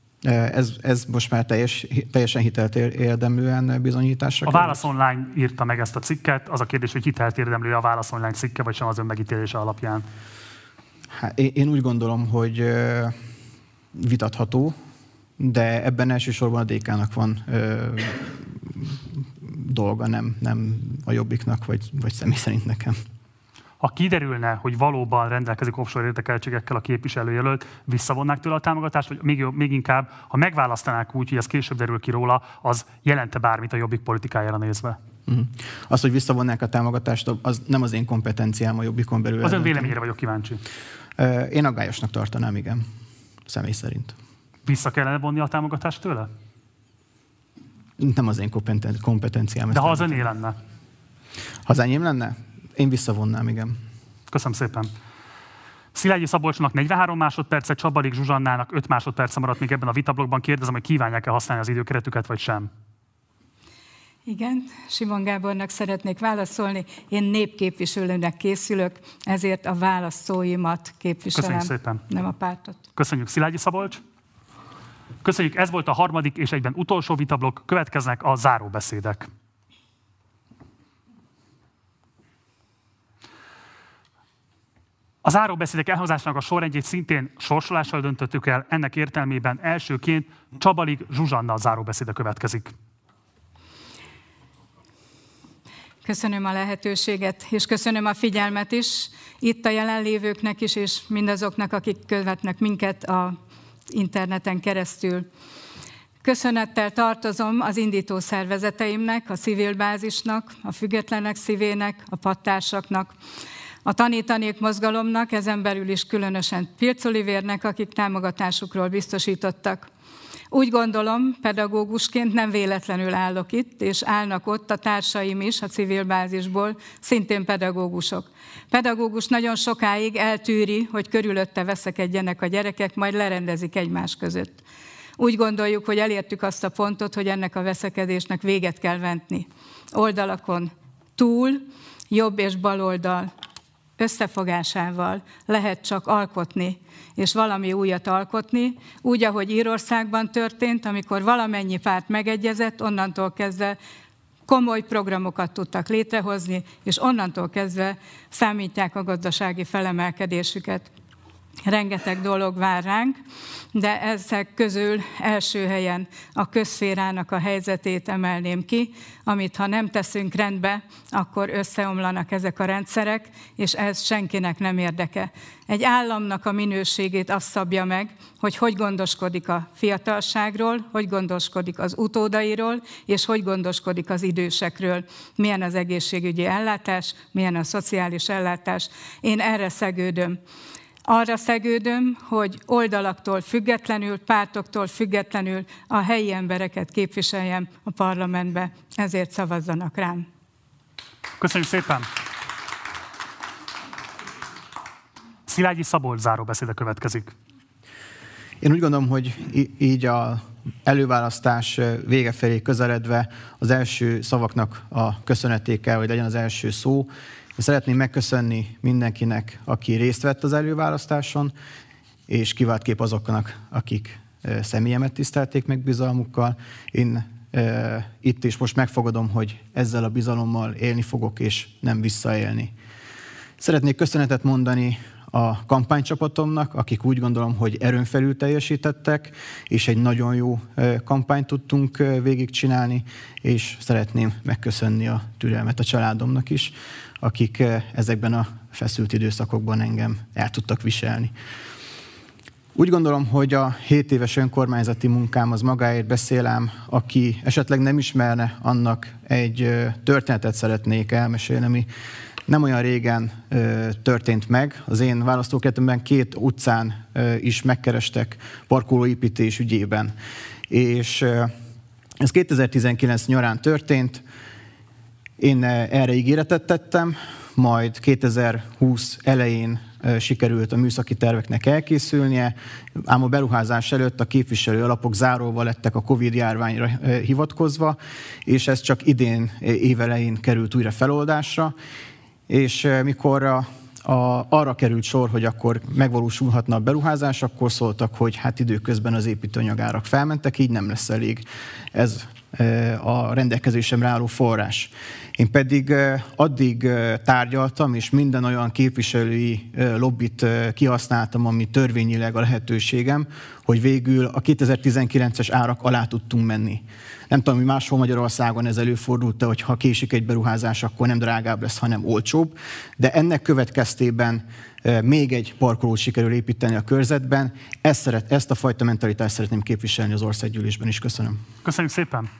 Ez most már teljesen hitelt érdemlően bizonyításra A Válasz Online írta meg ezt a cikket. Az a kérdés, hogy hitelt érdemlő a Válasz Online cikke, vagy sem az önmegítélése alapján? Hát én úgy gondolom, hogy vitatható, de ebben elsősorban a DK-nak van dolga, nem a Jobbiknak, vagy személy szerint nekem. Ha kiderülne, hogy valóban rendelkezik offshore érdekeltségekkel a képviselőjelölt, visszavonnák tőle a támogatást, vagy még inkább, ha megválasztanák úgy, hogy ez később derül ki róla, az jelente bármit a Jobbik politikájára nézve? Az, hogy visszavonnák a támogatást, az nem az én kompetenciám a Jobbikon belül. Az ön véleményére vagyok kíváncsi. Én aggályosnak tartanám, igen, személy szerint. Vissza kellene vonni a támogatást tőle? Nem az én kompetenciám. De ha az öné lenne? Ha az enyém lenne? Én visszavonnám, igen. Köszönöm szépen. Szilágyi Szabolcsnak 43 másodperce, Csabarik Zsuzsannának 5 másodperce maradt még ebben a vitablokkban. Kérdezem, hogy kívánják-e használni az időkeretüket, vagy sem? Igen, Simon Gábornak szeretnék válaszolni. Én népképviselőnek készülök, ezért a választóimat képviselem. Köszönjük szépen. Nem a pártot. Köszönjük, Szilágyi Szabolcs. Köszönjük, ez volt a harmadik és egyben utolsó vitablokk. Következnek a záróbeszédek. A záróbeszédek elhozásának a sorrendjét szintén sorsolással döntöttük el, ennek értelmében elsőként Csabarik Zsuzsanna záróbeszéde következik. Köszönöm a lehetőséget, és köszönöm a figyelmet is, itt a jelenlévőknek is, és mindazoknak, akik követnek minket az interneten keresztül. Köszönettel tartozom az indító szervezeteimnek, a civil bázisnak, a függetlenek szívének, a padtársaknak, a Tanítanék mozgalomnak, ezen belül is különösen Pirc Olivérnek, akik támogatásukról biztosítottak. Úgy gondolom, pedagógusként nem véletlenül állok itt, és állnak ott a társaim is a civil bázisból, szintén pedagógusok. Pedagógus nagyon sokáig eltűri, hogy körülötte veszekedjenek a gyerekek, majd lerendezik egymás között. Úgy gondoljuk, hogy elértük azt a pontot, hogy ennek a veszekedésnek véget kell vetni. Oldalakon túl, jobb és bal oldal összefogásával lehet csak alkotni, és valami újat alkotni, úgy, ahogy Írországban történt, amikor valamennyi párt megegyezett, onnantól kezdve komoly programokat tudtak létrehozni, és onnantól kezdve számítják a gazdasági felemelkedésüket. Rengeteg dolog vár ránk, de ezek közül első helyen a közszférának a helyzetét emelném ki, amit ha nem teszünk rendbe, akkor összeomlanak ezek a rendszerek, és ez senkinek nem érdeke. Egy államnak a minőségét azt szabja meg, hogy gondoskodik a fiatalságról, hogy gondoskodik az utódairól, és hogy gondoskodik az idősekről. Milyen az egészségügyi ellátás, milyen a szociális ellátás. Én erre szegődöm. Arra szegődöm, hogy oldalaktól függetlenül, pártoktól függetlenül a helyi embereket képviseljem a parlamentbe, ezért szavazzanak rám. Köszönjük szépen! Szilágyi Szabolcs záróbeszéde következik. Én úgy gondolom, hogy így a előválasztás vége felé közeledve az első szavaknak a köszöneté kell, hogy legyen az első szó. Szeretném megköszönni mindenkinek, aki részt vett az előválasztáson, és kiváltképp azoknak, akik személyemet tisztelték meg bizalmukkal. Én itt és most megfogadom, hogy ezzel a bizalommal élni fogok, és nem visszaélni. Szeretnék köszönetet mondani a kampánycsapatomnak, akik úgy gondolom, hogy erőn felül teljesítettek, és egy nagyon jó kampányt tudtunk végigcsinálni, és szeretném megköszönni a türelmet a családomnak is, akik ezekben a feszült időszakokban engem el tudtak viselni. Úgy gondolom, hogy a 7 éves önkormányzati munkám az magáért beszél, ám aki esetleg nem ismerne, annak egy történetet szeretnék elmesélni, ami nem olyan régen történt meg. Az én választókerületemben 2 utcán is megkerestek parkolóépítés ügyében. És ez 2019 nyarán történt. Én erre ígéretet tettem, majd 2020 elején sikerült a műszaki terveknek elkészülnie, ám a beruházás előtt a képviselő alapok záróval lettek a Covid-járványra hivatkozva, és ez csak idén évelején került újra feloldásra, és mikor arra került sor, hogy akkor megvalósulhatna a beruházás, akkor szóltak, hogy hát időközben az építőanyagárak felmentek, így nem lesz elég ez a rendelkezésemre álló forrás. Én pedig addig tárgyaltam, és minden olyan képviselői lobbit kihasználtam, ami törvényileg a lehetőségem, hogy végül a 2019-es árak alá tudtunk menni. Nem tudom, hogy máshol Magyarországon ez előfordult, hogy ha késik egy beruházás, akkor nem drágább lesz, hanem olcsóbb. De ennek következtében még egy parkolót sikerül építeni a körzetben. Ezt a fajta mentalitást szeretném képviselni az országgyűlésben is. Köszönöm. Köszönjük szépen!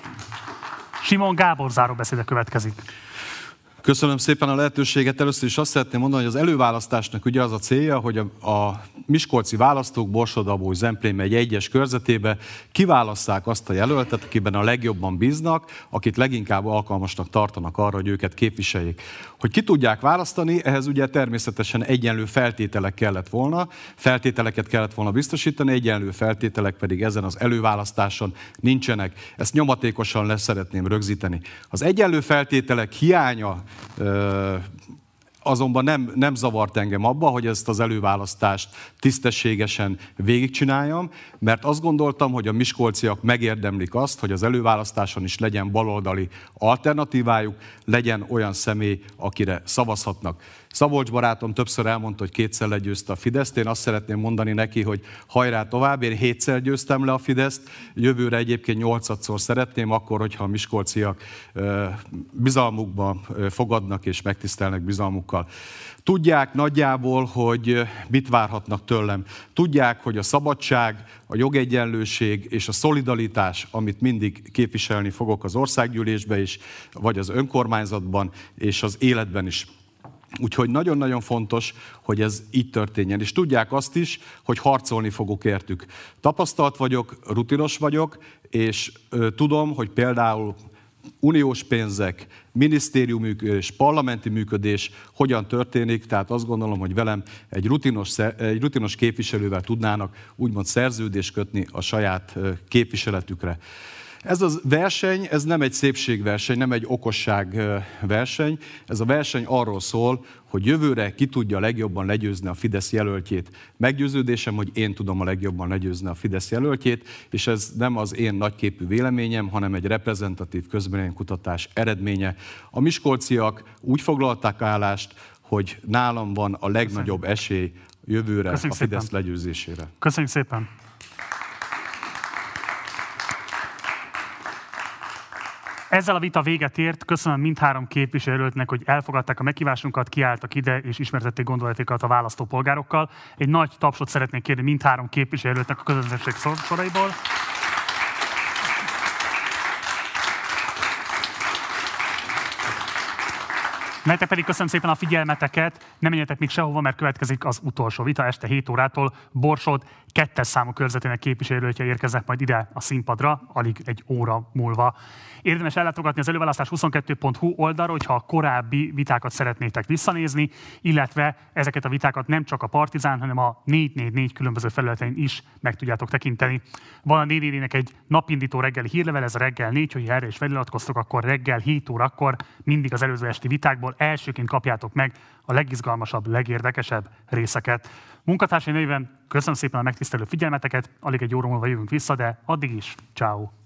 Simon Gábor záróbeszéde következik. Köszönöm szépen a lehetőséget. Először is azt szeretném mondani, hogy az előválasztásnak ugye az a célja, hogy a miskolci választók Borsod-Abaúj Zemplén megy 1-es körzetébe kiválasszák azt a jelöltet, akiben a legjobban bíznak, akit leginkább alkalmasnak tartanak arra, hogy őket képviseljék. Hogy ki tudják választani, ehhez ugye természetesen egyenlő feltételeket kellett volna biztosítani, egyenlő feltételek pedig ezen az előválasztáson nincsenek. Ezt nyomatékosan szeretném rögzíteni. Az egyenlő feltételek hiánya azonban nem zavart engem abba, hogy ezt az előválasztást tisztességesen végigcsináljam, mert azt gondoltam, hogy a miskolciak megérdemlik azt, hogy az előválasztáson is legyen baloldali alternatívájuk, legyen olyan személy, akire szavazhatnak. Szabolcs barátom többször elmondta, hogy 2-szer legyőzte a Fideszt. Én azt szeretném mondani neki, hogy hajrá tovább. Én 7-szer győztem le a Fideszt, jövőre egyébként 8-szor szeretném, akkor, hogyha a miskolciak bizalmukba fogadnak és megtisztelnek bizalmukkal. kormányukkal. Tudják nagyjából, hogy mit várhatnak tőlem. Tudják, hogy a szabadság, a jogegyenlőség és a szolidaritás, amit mindig képviselni fogok az országgyűlésben is, vagy az önkormányzatban és az életben is. Úgyhogy nagyon-nagyon fontos, hogy ez így történjen. És tudják azt is, hogy harcolni fogok értük. Tapasztalt vagyok, rutinos vagyok, és tudom, hogy például uniós pénzek, minisztériumi működés, parlamenti működés hogyan történik, tehát azt gondolom, hogy velem egy rutinos képviselővel tudnának úgymond szerződést kötni a saját képviseletükre. Ez a verseny, ez nem egy szépségverseny, nem egy okosságverseny. Ez a verseny arról szól, hogy jövőre ki tudja legjobban legyőzni a Fidesz jelöltjét. Meggyőződésem, hogy én tudom a legjobban legyőzni a Fidesz jelöltjét, és ez nem az én nagyképű véleményem, hanem egy reprezentatív közvéleménykutatás eredménye. A miskolciak úgy foglalták állást, hogy nálam van a legnagyobb esély jövőre a Fidesz legyőzésére. Köszönjük szépen! Ezzel a vita véget ért. Köszönöm mindhárom képviselőtnek, hogy elfogadták a meghívásunkat, kiálltak ide és ismertették gondolataikat a választópolgárokkal. Egy nagy tapsot szeretnék kérni mindhárom képviselőtnek a közönség soraiból. Nektek pedig köszönöm szépen a figyelmeteket, ne menjetek még sehova, mert következik az utolsó vita este 7 órától. Borsod 2-es számú körzetének képviselőtje érkeznek majd ide a színpadra, alig egy óra múlva. Érdemes ellátogatni az előválasztás22.hu oldalra, hogyha a korábbi vitákat szeretnétek visszanézni, illetve ezeket a vitákat nem csak a Partizán, hanem a 444 különböző felületein is meg tudjátok tekinteni. Van a 444-nek egy napindító reggeli hírlevel, ez a reggel 4, hogy erre is feliratkoztok, akkor reggel 7 órakor mindig az előző esti vitákból elsőként kapjátok meg a legizgalmasabb, legérdekesebb részeket. Munkatársai nevében köszönöm szépen a megtisztelő figyelmeteket, alig egy óra múlva jövünk vissza, de addig is, ciao.